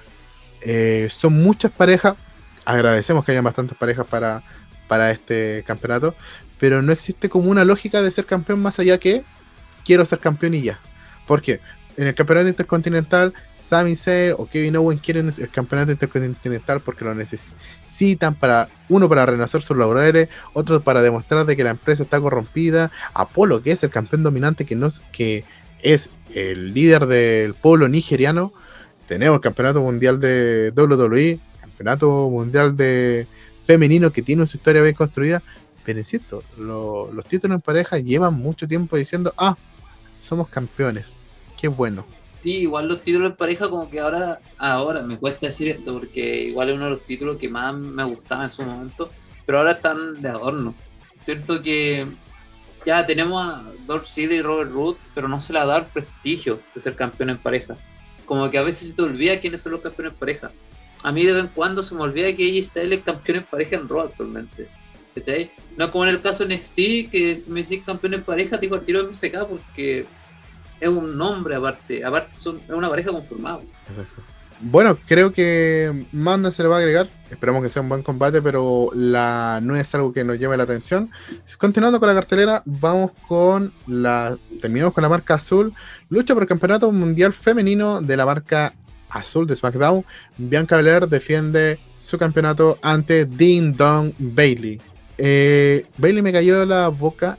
Speaker 1: Son muchas parejas, agradecemos que haya bastantes parejas para este campeonato, pero no existe como una lógica de ser campeón más allá que quiero ser campeón y ya. Porque en el campeonato intercontinental, Sami Zayn o Kevin Owens quieren el campeonato intercontinental porque lo necesitan para renacer sus laureles, otro para demostrar de que la empresa está corrompida. Apolo, que es el campeón dominante, que es el líder del pueblo nigeriano. Tenemos el campeonato mundial de WWE, campeonato mundial de femenino que tiene su historia bien construida. Pero insisto, los títulos en pareja llevan mucho tiempo diciendo, somos campeones, qué bueno.
Speaker 2: Sí, igual los títulos en pareja como que ahora me cuesta decir esto porque igual es uno de los títulos que más me gustaba en su momento, pero ahora están de adorno. Cierto que ya tenemos a Dolph Ziggler y Robert Roode, pero no se le da el prestigio de ser campeón en pareja. Como que a veces se te olvida quiénes son los campeones en pareja. A mí de vez en cuando se me olvida que AJ Styles es campeón en pareja en Raw actualmente. ¿Cachai? No como en el caso de NXT, que si me decís campeón en pareja, te digo al tiro de MSK porque es un nombre aparte es una pareja conformada.
Speaker 1: Exacto. Bueno, creo que más no se le va a agregar. Esperamos que sea un buen combate, pero no es algo que nos llame la atención. Continuando con la cartelera, terminamos con la marca azul. Lucha por el campeonato mundial femenino de la marca azul de SmackDown. Bianca Belair defiende su campeonato ante Ding Dong Bayley. Bayley me cayó la boca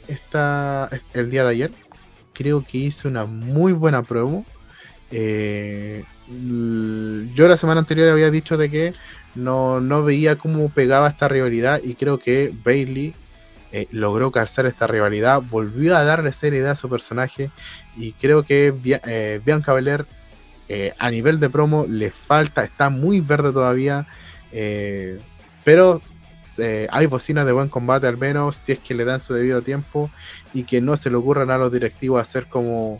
Speaker 1: el día de ayer. Creo que hizo una muy buena promo. Yo la semana anterior había dicho de que no veía cómo pegaba esta rivalidad, y creo que Bayley logró calzar esta rivalidad, volvió a darle seriedad a su personaje, y creo que Bianca Belair a nivel de promo le falta, está muy verde todavía, pero hay bocinas de buen combate, al menos si es que le dan su debido tiempo y que no se le ocurran a los directivos hacer como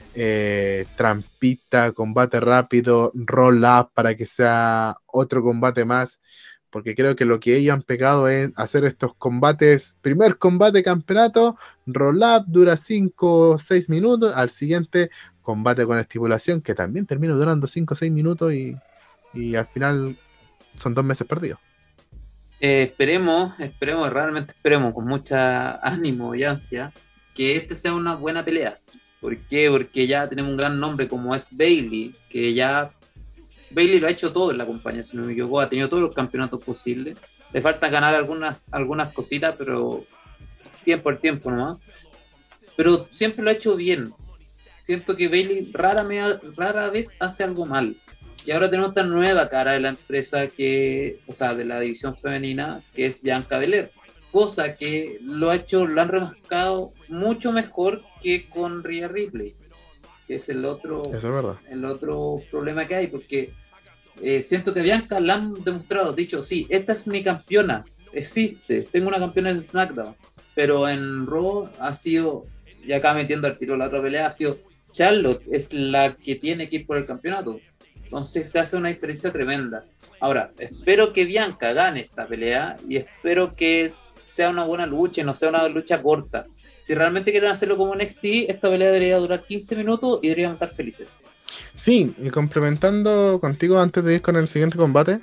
Speaker 1: trampita, combate rápido, roll up para que sea otro combate más, porque creo que lo que ellos han pegado es hacer estos combates, primer combate campeonato, roll up, dura 5 o 6 minutos, al siguiente combate con estipulación, que también termina durando 5 o 6 minutos y al final son 2 meses perdidos.
Speaker 2: Esperemos, realmente esperemos con mucha ánimo y ansia que este sea una buena pelea. ¿Por qué? Porque ya tenemos un gran nombre como es Bayley, que ya Bayley lo ha hecho todo en la compañía, si no me equivoco, ha tenido todos los campeonatos posibles. Le falta ganar algunas cositas, pero tiempo al tiempo nomás. Pero siempre lo ha hecho bien. Siento que Bayley rara vez hace algo mal. Y ahora tenemos esta nueva cara de la empresa de la división femenina, que es Bianca Belair. Cosa que lo han remarcado mucho mejor que con Rhea Ripley, que es el otro problema que hay, porque siento que Bianca la han demostrado, dicho, sí, esta es mi campeona, existe, tengo una campeona en SmackDown, pero en Raw ha sido, y acá metiendo al tiro la otra pelea, ha sido Charlotte, es la que tiene que ir por el campeonato. Entonces se hace una diferencia tremenda. Ahora, espero que Bianca gane esta pelea y espero que sea una buena lucha y no sea una lucha corta. Si realmente quieren hacerlo como NXT, esta pelea debería durar 15 minutos y deberían estar felices.
Speaker 1: Sí, y complementando contigo antes de ir con el siguiente combate,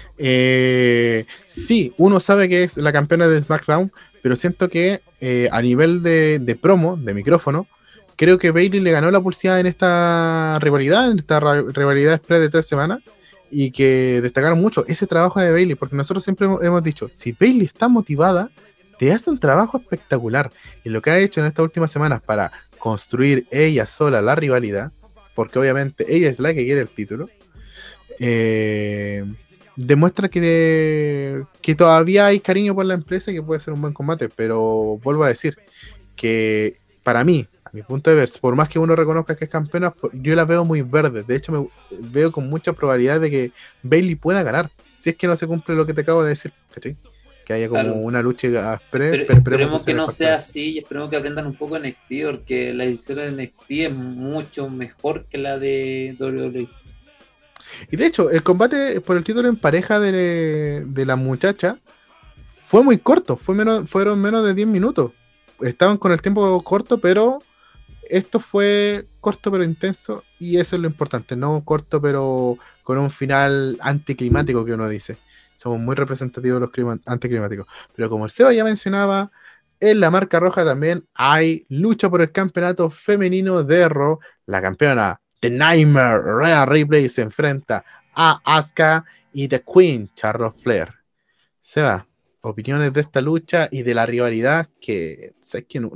Speaker 1: sí, uno sabe que es la campeona de SmackDown, pero siento que a nivel de promo, de micrófono, creo que Bayley le ganó la pulsada en esta rivalidad express de 3 semanas, y que destacaron mucho ese trabajo de Bayley, porque nosotros siempre hemos dicho, si Bayley está motivada, te hace un trabajo espectacular, y lo que ha hecho en estas últimas semanas para construir ella sola la rivalidad, porque obviamente ella es la que quiere el título, eh, demuestra que todavía hay cariño por la empresa y que puede ser un buen combate, pero vuelvo a decir que para mí, a mi punto de ver, por más que uno reconozca que es campeona, yo la veo muy verde. De hecho, me veo con mucha probabilidad de que Bayley pueda ganar, si es que no se cumple lo que te acabo de decir, ¿cachai? Que haya como
Speaker 2: Claro.
Speaker 1: una lucha
Speaker 2: Pero
Speaker 1: pero esperemos que
Speaker 2: esperemos
Speaker 1: sea
Speaker 2: que
Speaker 1: de
Speaker 2: no sea
Speaker 1: factores.
Speaker 2: así y esperemos que aprendan un poco en NXT, porque la edición de NXT es mucho mejor que la de WWE.
Speaker 1: Y de hecho, el combate por el título en pareja de la muchacha fue muy corto, fueron menos de 10 minutos. Estaban con el tiempo corto, pero esto fue corto pero intenso, y eso es lo importante, no corto pero con un final anticlimático que uno dice. Somos muy representativos de los anticlimáticos. Pero como el Seba ya mencionaba, en la marca roja también hay lucha por el campeonato femenino de Raw. La campeona The Nightmare Rhea Ripley se enfrenta a Asuka y The Queen Charlotte Flair. Seba, opiniones de esta lucha y de la rivalidad que, sabes que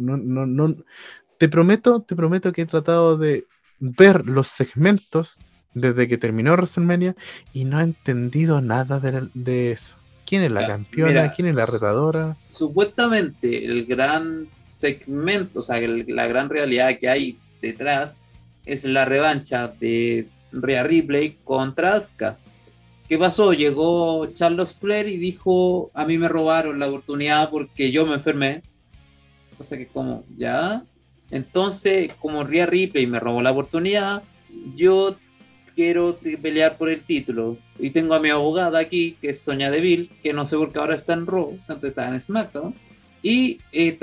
Speaker 1: te prometo que he tratado de ver los segmentos desde que terminó WrestleMania y no he entendido nada de eso. ¿Quién es la
Speaker 2: Ya,
Speaker 1: campeona?
Speaker 2: mira,
Speaker 1: ¿Quién es la retadora?
Speaker 2: supuestamente el gran segmento, o sea, la gran realidad que hay detrás es la revancha de Rhea Ripley contra Asuka. ¿Qué pasó? Llegó Charlotte Flair y dijo, a mí me robaron la oportunidad porque yo me enfermé. O sea que como, ya. Entonces, como Rhea Ripley me robó la oportunidad, yo quiero pelear por el título. Y tengo a mi abogada aquí, que es Sonya Deville, que no sé por qué ahora está en Raw, o sea, antes estaba en SmackDown. Y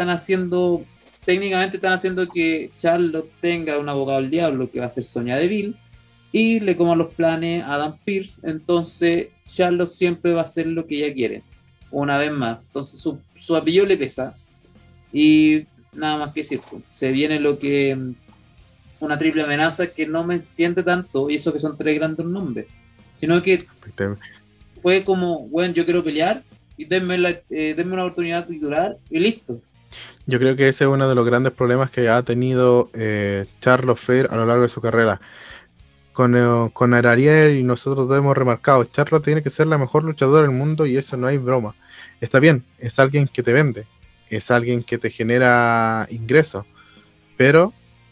Speaker 2: técnicamente están haciendo que Charlotte tenga un abogado del diablo, que va a ser Sonya Deville, y le coman los planes a Adam Pearce. Entonces, Charlotte siempre va a hacer lo que ella quiere, una vez más. Entonces, su apellido le pesa. Y nada más que decir, pues, se viene lo que una triple amenaza que no me siente tanto, y eso que son tres grandes nombres, sino que fue como, bueno, yo quiero pelear y denme una oportunidad titular y listo.
Speaker 1: Yo creo que ese es uno de los grandes problemas que ha tenido Charlotte Flair a lo largo de su carrera. Con Ariel y nosotros hemos remarcado, Charlotte tiene que ser la mejor luchadora del mundo y eso no hay broma. Está bien, es alguien que te vende, es alguien que te genera ingresos, pero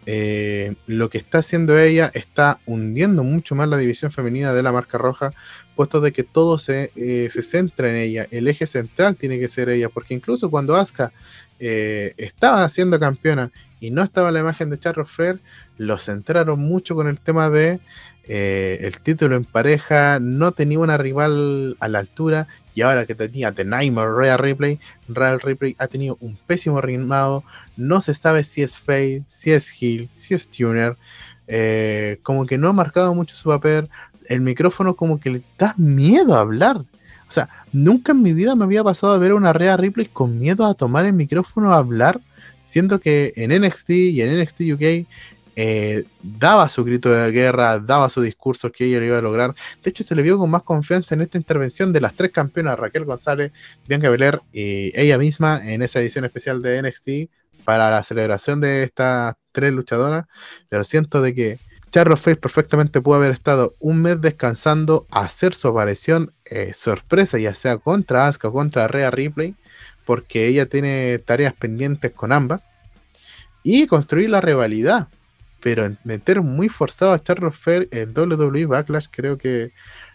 Speaker 1: lo que está haciendo ella está hundiendo mucho más la división femenina de la marca roja, puesto de que todo se centra en ella, el eje central tiene que ser ella, porque incluso cuando Asuka estaba siendo campeona y no estaba la imagen de Charlotte Flair, lo centraron mucho con el tema de el título en pareja, no tenía una rival a la altura, y ahora que tenía The Nightmare Rhea Ripley ha tenido un pésimo reinado, no se sabe si es face, si es heel, si es tuner, como que no ha marcado mucho su papel, el micrófono como que le da miedo a hablar. O sea, nunca en mi vida me había pasado a ver a una Rhea Ripley con miedo a tomar el micrófono a hablar, siendo que en NXT y en NXT UK daba su grito de guerra, daba su discurso que ella lo iba a lograr. De hecho, se le vio con más confianza en esta intervención de las tres campeonas, Raquel González, Bianca Belair y ella misma, en esa edición especial de NXT para la celebración de estas tres luchadoras. Pero siento de que Charlotte Flair perfectamente pudo haber estado un mes descansando, hacer su aparición sorpresa, ya sea contra Asuka o contra Rhea Ripley, porque ella tiene tareas pendientes con ambas, y construir la rivalidad. Pero meter muy forzado a Charlotte Flair en WWE Backlash creo que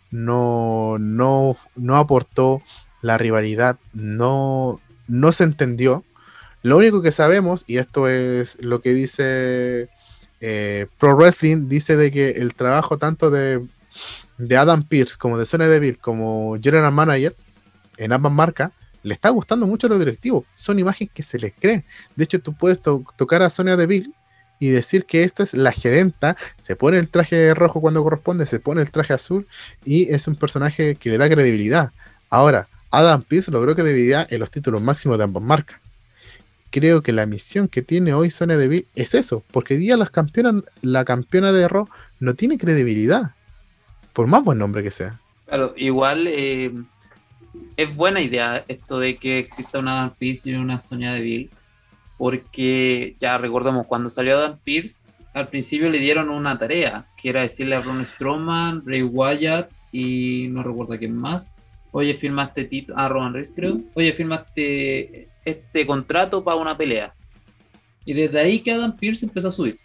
Speaker 1: no aportó, la rivalidad no se entendió. Lo único que sabemos, y esto es lo que dice Pro Wrestling, dice de que el trabajo tanto de Adam Pearce como de Sonya Deville como General Manager en ambas marcas le está gustando mucho a los directivos. Son imágenes que se les cree. De hecho, tú puedes tocar a Sonya Deville y decir que esta es la gerenta, se pone el traje rojo cuando corresponde, se pone el traje azul y es un personaje que le da credibilidad. Ahora, Adam Pearce logró credibilidad en los títulos máximos de ambas marcas. Creo que la misión que tiene hoy Sonya Deville es eso, porque hoy día la campeona de Raw no tiene credibilidad, por más buen nombre que sea.
Speaker 2: Claro, igual es buena idea esto de que exista una Adam Pearce y una Sonya Deville, porque ya recordamos, cuando salió Adam Pearce, al principio le dieron una tarea, que era decirle a Braun Strowman, Bray Wyatt y no recuerdo a quién más, oye, firmaste a Roman Reigns, creo, oye, firmaste este contrato para una pelea. Y desde ahí que Adam Pearce empezó a subir,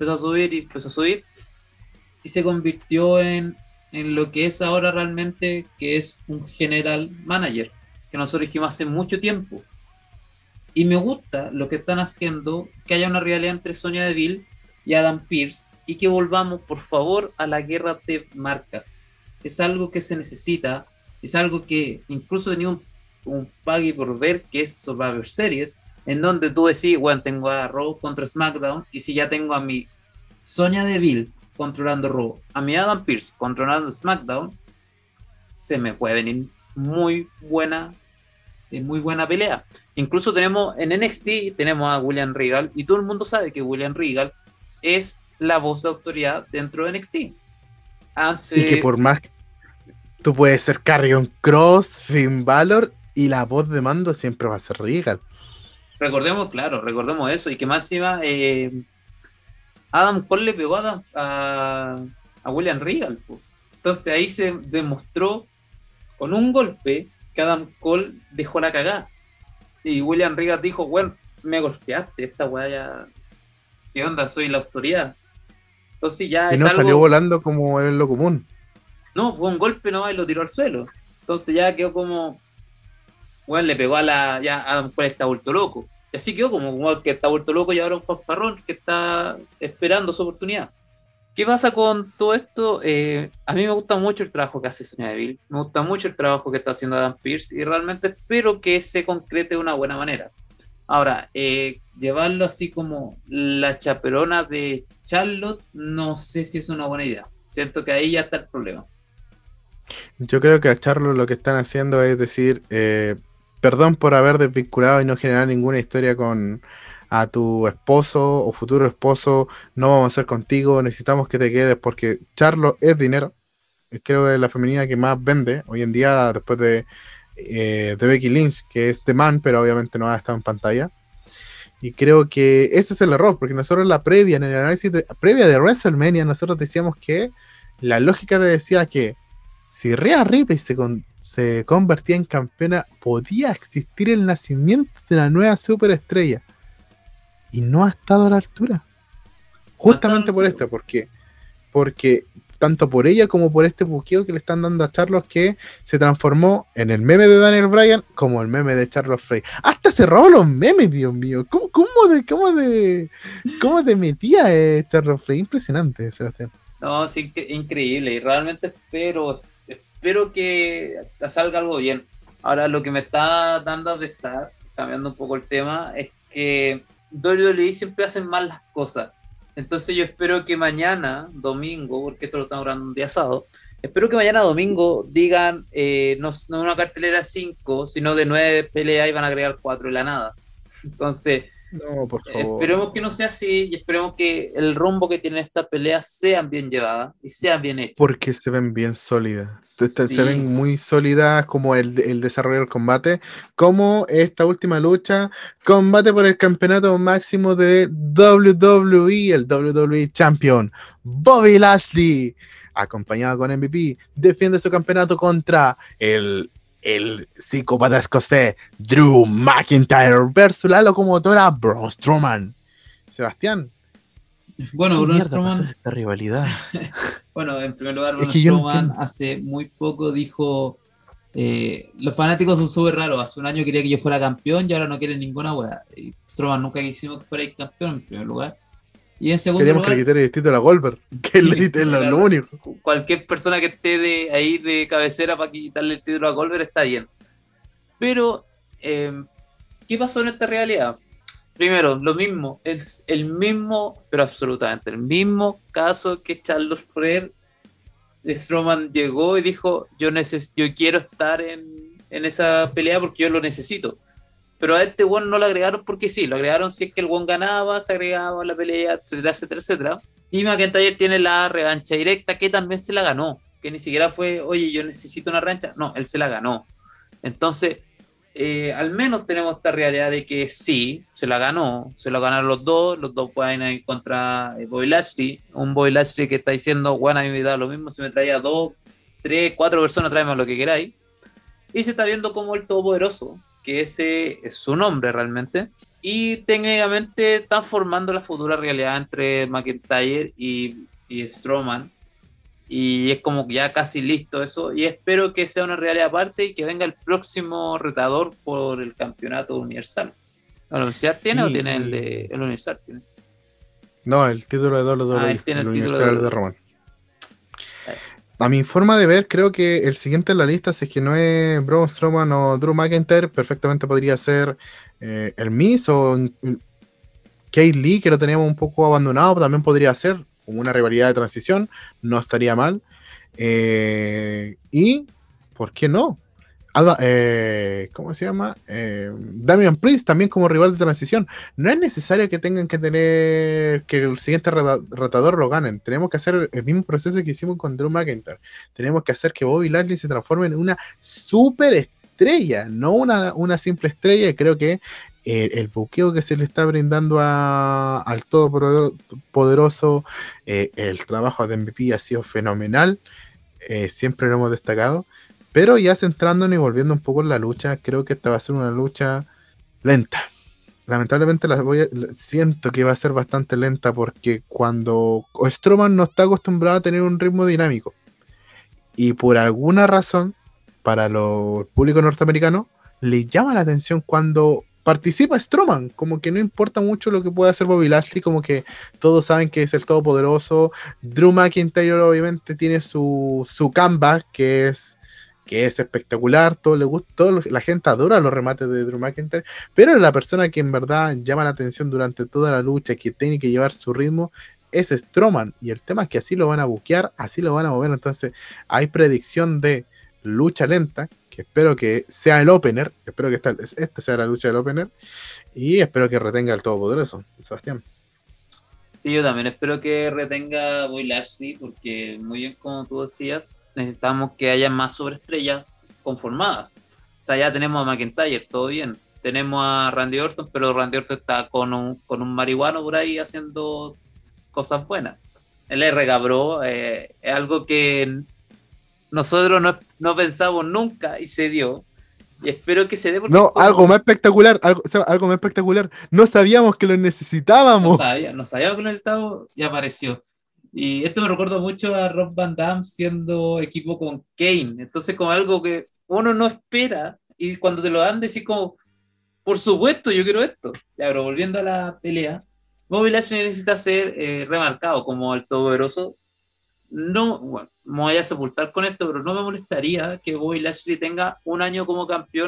Speaker 2: y se convirtió en lo que es ahora realmente, que es un general manager, que nosotros dijimos hace mucho tiempo. Y me gusta lo que están haciendo, que haya una rivalidad entre Sonya Deville y Adam Pearce, y que volvamos, por favor, a la guerra de marcas. Es algo que se necesita, es algo que incluso tenía un pague por ver, que es Survivor Series, en donde tú decís, bueno, tengo a Raw contra SmackDown, y si ya tengo a mi Sonya Deville controlando Raw, a mi Adam Pearce controlando SmackDown, se me puede venir muy buena pelea. Incluso tenemos en NXT, tenemos a William Regal, y todo el mundo sabe que William Regal es la voz de autoridad dentro de NXT.
Speaker 1: Y que por más tú puedes ser Karrion Kross, Finn Balor, y la voz de mando siempre va a ser Regal.
Speaker 2: Recordemos eso, y que más encima Adam Cole le pegó a William Regal, pues. Entonces ahí se demostró con un golpe que Adam Cole dejó la cagada. Y William Regal dijo, bueno, me golpeaste, esta weá ya... ¿Qué onda? Soy la autoridad. Entonces ya
Speaker 1: y
Speaker 2: es
Speaker 1: no
Speaker 2: algo...
Speaker 1: salió volando como es lo común.
Speaker 2: No, fue un golpe nomás y lo tiró al suelo. Entonces ya quedó como... Bueno, le pegó ya Adam Cole está vuelto loco. Y así quedó como que está vuelto loco y ahora un fanfarrón que está esperando su oportunidad. ¿Qué pasa con todo esto? A mí me gusta mucho el trabajo que hace Sonya Deville, me gusta mucho el trabajo que está haciendo Adam Pearce y realmente espero que se concrete de una buena manera. Ahora, llevarlo así como la chaperona de Charlotte, no sé si es una buena idea. Siento que ahí ya está el problema.
Speaker 1: Yo creo que a Charlo lo que están haciendo es decir, perdón por haber desvinculado y no generar ninguna historia con a tu esposo o futuro esposo, no vamos a hacer contigo, necesitamos que te quedes porque Charlo es dinero. Creo que es la femenina que más vende hoy en día después de Becky Lynch, que es The Man, pero obviamente no ha estado en pantalla. Y creo que ese es el error, porque nosotros en la previa, en el análisis previa de WrestleMania, nosotros decíamos que la lógica te decía que si Rhea Ripley se convertía en campeona, podía existir el nacimiento de la nueva superestrella. Y no ha estado a la altura. Justamente por esto, porque tanto por ella como por este buqueo que le están dando a Charlos, que se transformó en el meme de Daniel Bryan como el meme de Charlos Frey. Hasta se robó los memes, Dios mío. ¿Cómo de metía Charlos Frey? Impresionante, Sebastián.
Speaker 2: No, sí, increíble. Y realmente espero que salga algo bien. Ahora, lo que me está dando a pesar, cambiando un poco el tema, es que WWE siempre hacen mal las cosas. Entonces yo espero que mañana, domingo, porque esto lo estamos grabando un día sábado, espero que mañana domingo digan, no una cartelera 5, sino de 9 peleas y van a agregar 4 de la nada. Entonces,
Speaker 1: no, por favor.
Speaker 2: Esperemos que no sea así y esperemos que el rumbo que tienen estas peleas sean bien llevadas y sean bien hechas.
Speaker 1: Porque se ven bien sólidas. Sí. Se ven muy sólidas, como el desarrollo del combate, como esta última lucha, combate por el campeonato máximo de WWE, el WWE Champion, Bobby Lashley, acompañado con MVP, defiende su campeonato contra el psicópata escocés Drew McIntyre versus la locomotora Braun Strowman. Sebastián,
Speaker 2: bueno, Braun Strowman,
Speaker 1: esta rivalidad.
Speaker 2: Bueno, en primer lugar, Braun Strowman hace muy poco dijo, los fanáticos son súper raros, hace un año quería que yo fuera campeón y ahora no quieren ninguna wea. Y Strowman nunca quisimos que fuera campeón en primer lugar. Y en segundo
Speaker 1: queríamos
Speaker 2: lugar,
Speaker 1: que le quitara el título a Goldberg, que es lo único.
Speaker 2: Cualquier persona que esté ahí de cabecera para quitarle el título a Goldberg está bien. Pero, ¿qué pasó en esta realidad? Primero, lo mismo, es el mismo, pero absolutamente el mismo caso que Charles Flair. Strowman llegó y dijo, yo quiero estar en esa pelea porque yo lo necesito. Pero a este one no lo agregaron porque sí, lo agregaron si es que el one ganaba, se agregaba la pelea, etcétera, etcétera, etcétera. Y McIntyre tiene la revancha directa que también se la ganó, que ni siquiera fue, oye, yo necesito una revancha. No, él se la ganó. Entonces, al menos tenemos esta realidad de que sí, se la ganó, se lo ganaron los dos pueden ir contra Bobby Lashley, un Bobby Lashley que está diciendo, bueno, a mí me da lo mismo si me traía 2, 3, 4 personas, tráeme lo que queráis, y se está viendo como el todopoderoso, que ese es su nombre realmente, y técnicamente están formando la futura realidad entre McIntyre y Strowman, y es como ya casi listo eso, y espero que sea una realidad aparte y que venga el próximo retador por el campeonato universal. ¿El Universal tiene o
Speaker 1: Sí,
Speaker 2: tiene el de el Universal? ¿Tiene?
Speaker 1: no, el título de WWE,
Speaker 2: Él tiene
Speaker 1: el
Speaker 2: el título
Speaker 1: Universal
Speaker 2: de
Speaker 1: de Roman.
Speaker 2: eh,
Speaker 1: A mi forma de ver, creo que el siguiente en la lista, si es que no es Braun Strowman o Drew McIntyre, perfectamente podría ser el Miz o Kate Lee, que lo teníamos un poco abandonado, también podría ser como una rivalidad de transición, no estaría mal. Y, ¿por qué no? ¿Cómo se llama? Damian Priest también como rival de transición. No es necesario que tengan que tener que el siguiente retador lo ganen. Tenemos que hacer el mismo proceso que hicimos con Drew McIntyre. Tenemos que hacer que Bobby Lashley se transforme en una super estrella, no una simple estrella. Y creo que el buqueo que se le está brindando al todopoderoso, el trabajo de MVP ha sido fenomenal. Siempre lo hemos destacado. Pero ya centrándonos y volviendo un poco en la lucha, creo que esta va a ser una lucha lenta. Lamentablemente siento que va a ser bastante lenta porque cuando Strowman no está acostumbrado a tener un ritmo dinámico y por alguna razón para el público norteamericano le llama la atención cuando participa Strowman, como que no importa mucho lo que pueda hacer Bobby Lashley, como que todos saben que es el todopoderoso. Drew McIntyre obviamente tiene su comeback que es espectacular, todo le gusta, la gente adora los remates de Drew McIntyre, pero la persona que en verdad llama la atención durante toda la lucha, que tiene que llevar su ritmo, es Strowman, y el tema es que así lo van a buquear, así lo van a mover, entonces hay predicción de lucha lenta, que espero que sea el opener, espero que esta sea la lucha del opener, y espero que retenga el todopoderoso, Sebastián.
Speaker 2: Sí, yo también espero que retenga a Bobby Lashley, porque muy bien como tú decías, necesitamos que haya más sobreestrellas conformadas. O sea, ya tenemos a McIntyre, todo bien. Tenemos a Randy Orton, pero Randy Orton está con un marihuano por ahí haciendo cosas buenas. El R. Bro es algo que nosotros no pensamos nunca y se dio. Y espero que se dé porque
Speaker 1: No, algo más espectacular, algo más espectacular. No sabíamos que lo necesitábamos.
Speaker 2: no sabía que lo necesitábamos y apareció. Y esto me recuerda mucho a Rob Van Dam siendo equipo con Kane. Entonces, como algo que uno no espera y cuando te lo dan, decís como, por supuesto, yo quiero esto. Ya, pero volviendo a la pelea, Bobby Lashley necesita ser remarcado como el todopoderoso. No, bueno, me voy a sepultar con esto, pero no me molestaría que Bobby Lashley tenga un año como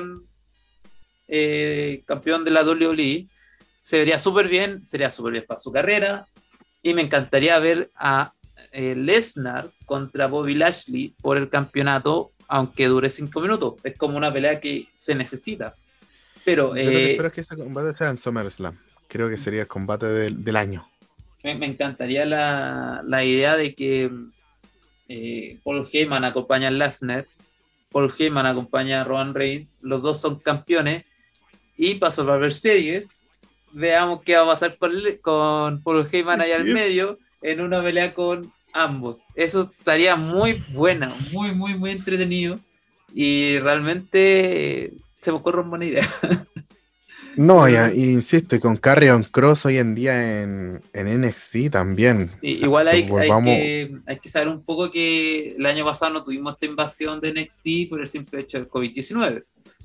Speaker 2: campeón de la WWE. Se vería súper bien, sería súper bien para su carrera. Y me encantaría ver a Lesnar contra Bobby Lashley por el campeonato, aunque dure 5 minutos. Es como una pelea que se necesita. Pero
Speaker 1: Yo lo que espero es que ese combate sea en SummerSlam. Creo que sería el combate del año.
Speaker 2: me encantaría la idea de que Paul Heyman acompaña a Lesnar, Paul Heyman acompaña a Roman Reigns, los dos son campeones, y para Survivor Series veamos qué va a pasar con Paul Heyman allá al medio en una pelea con ambos. Eso estaría muy buena, muy, muy, muy entretenido. Y realmente se me ocurre una buena idea.
Speaker 1: No, ya, insisto, y con Karrion Cross hoy en día en NXT también. O sea,
Speaker 2: Igual hay que saber un poco que el año pasado no tuvimos esta invasión de NXT por el simple hecho del COVID-19.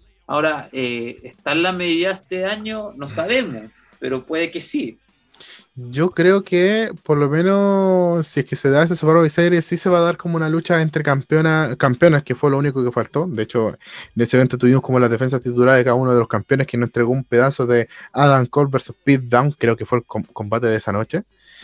Speaker 2: Ahora, ¿está en la medida este año? No sabemos, pero puede que sí.
Speaker 1: Yo creo que por lo menos si es que se da ese Survivor Series, sí se va a dar como una lucha entre campeonas, que fue lo único que faltó. De hecho, en ese evento tuvimos como las defensas titulares de cada uno de los campeones, que nos entregó un pedazo de Adam Cole versus Pete Dunne, creo que fue el combate de esa noche.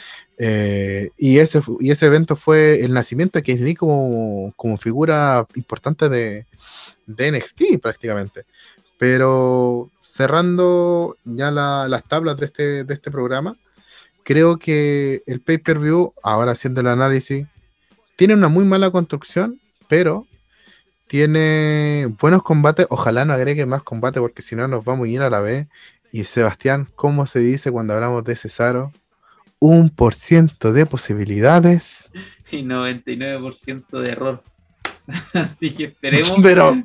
Speaker 1: Y ese evento fue el nacimiento de Keith Lee como figura importante de NXT prácticamente. Pero cerrando ya las tablas de este programa, creo que el pay-per-view, ahora haciendo el análisis, tiene una muy mala construcción, pero tiene buenos combates. Ojalá no agregue más combate porque si no nos vamos a ir a la vez. Y Sebastián, ¿cómo se dice cuando hablamos de Cesaro? 1% de posibilidades.
Speaker 2: Y 99% de error. Así que esperemos.
Speaker 1: Pero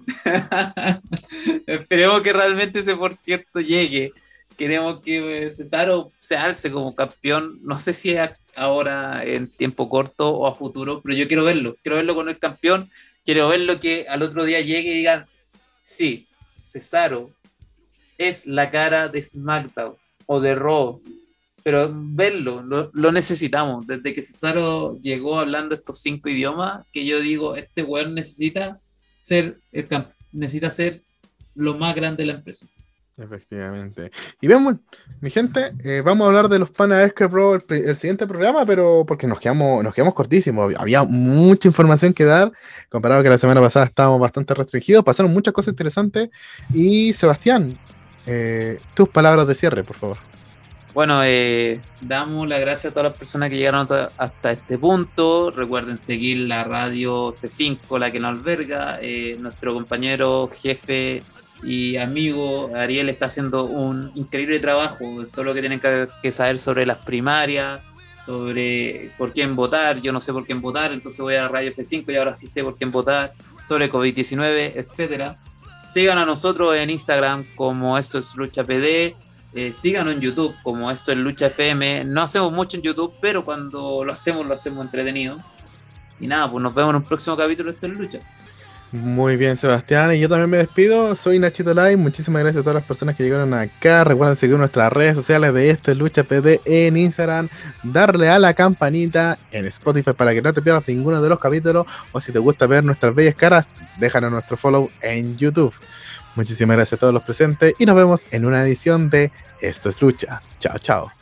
Speaker 2: esperemos que realmente ese por ciento llegue. Queremos que Cesaro se alce como campeón. No sé si es ahora en tiempo corto o a futuro, pero yo quiero verlo. Quiero verlo con el campeón. Quiero verlo que al otro día llegue y digan: sí, Cesaro es la cara de SmackDown o de Raw. Pero verlo, lo necesitamos. Desde que Cesaro llegó hablando estos 5 idiomas, que yo digo, este weón necesita ser necesita ser lo más grande de la empresa.
Speaker 1: efectivamente. Y vemos, mi gente, vamos a hablar de los Pana Aircraft Pro el siguiente programa, pero porque nos quedamos cortísimos. Había mucha información que dar, comparado a que la semana pasada estábamos bastante restringidos. Pasaron muchas cosas interesantes. Y Sebastián, tus palabras de cierre, por favor.
Speaker 2: Bueno, damos las gracias a todas las personas que llegaron hasta este punto. Recuerden seguir la radio F5, la que nos alberga. Nuestro compañero, jefe y amigo Ariel está haciendo un increíble trabajo de todo lo que tienen que saber sobre las primarias, sobre por quién votar. Yo no sé por quién votar, entonces voy a la radio F5 y ahora sí sé por quién votar, sobre COVID-19, etcétera. Sigan a nosotros en Instagram como Esto es Lucha PD. Síganos en YouTube como Esto es Lucha FM. No hacemos mucho en YouTube, pero cuando lo hacemos entretenido. Y nada, pues nos vemos en un próximo capítulo de Esto es Lucha.
Speaker 1: Muy bien, Sebastián, y yo también me despido. Soy Nachito Live. Muchísimas gracias a todas las personas que llegaron acá. Recuerden seguir nuestras redes sociales de Esto es Lucha PD en Instagram, darle a la campanita en Spotify para que no te pierdas ninguno de los capítulos, o si te gusta ver nuestras bellas caras, déjanos nuestro follow en YouTube. Muchísimas gracias a todos los presentes y nos vemos en una edición de Esto es Lucha. Chao, chao.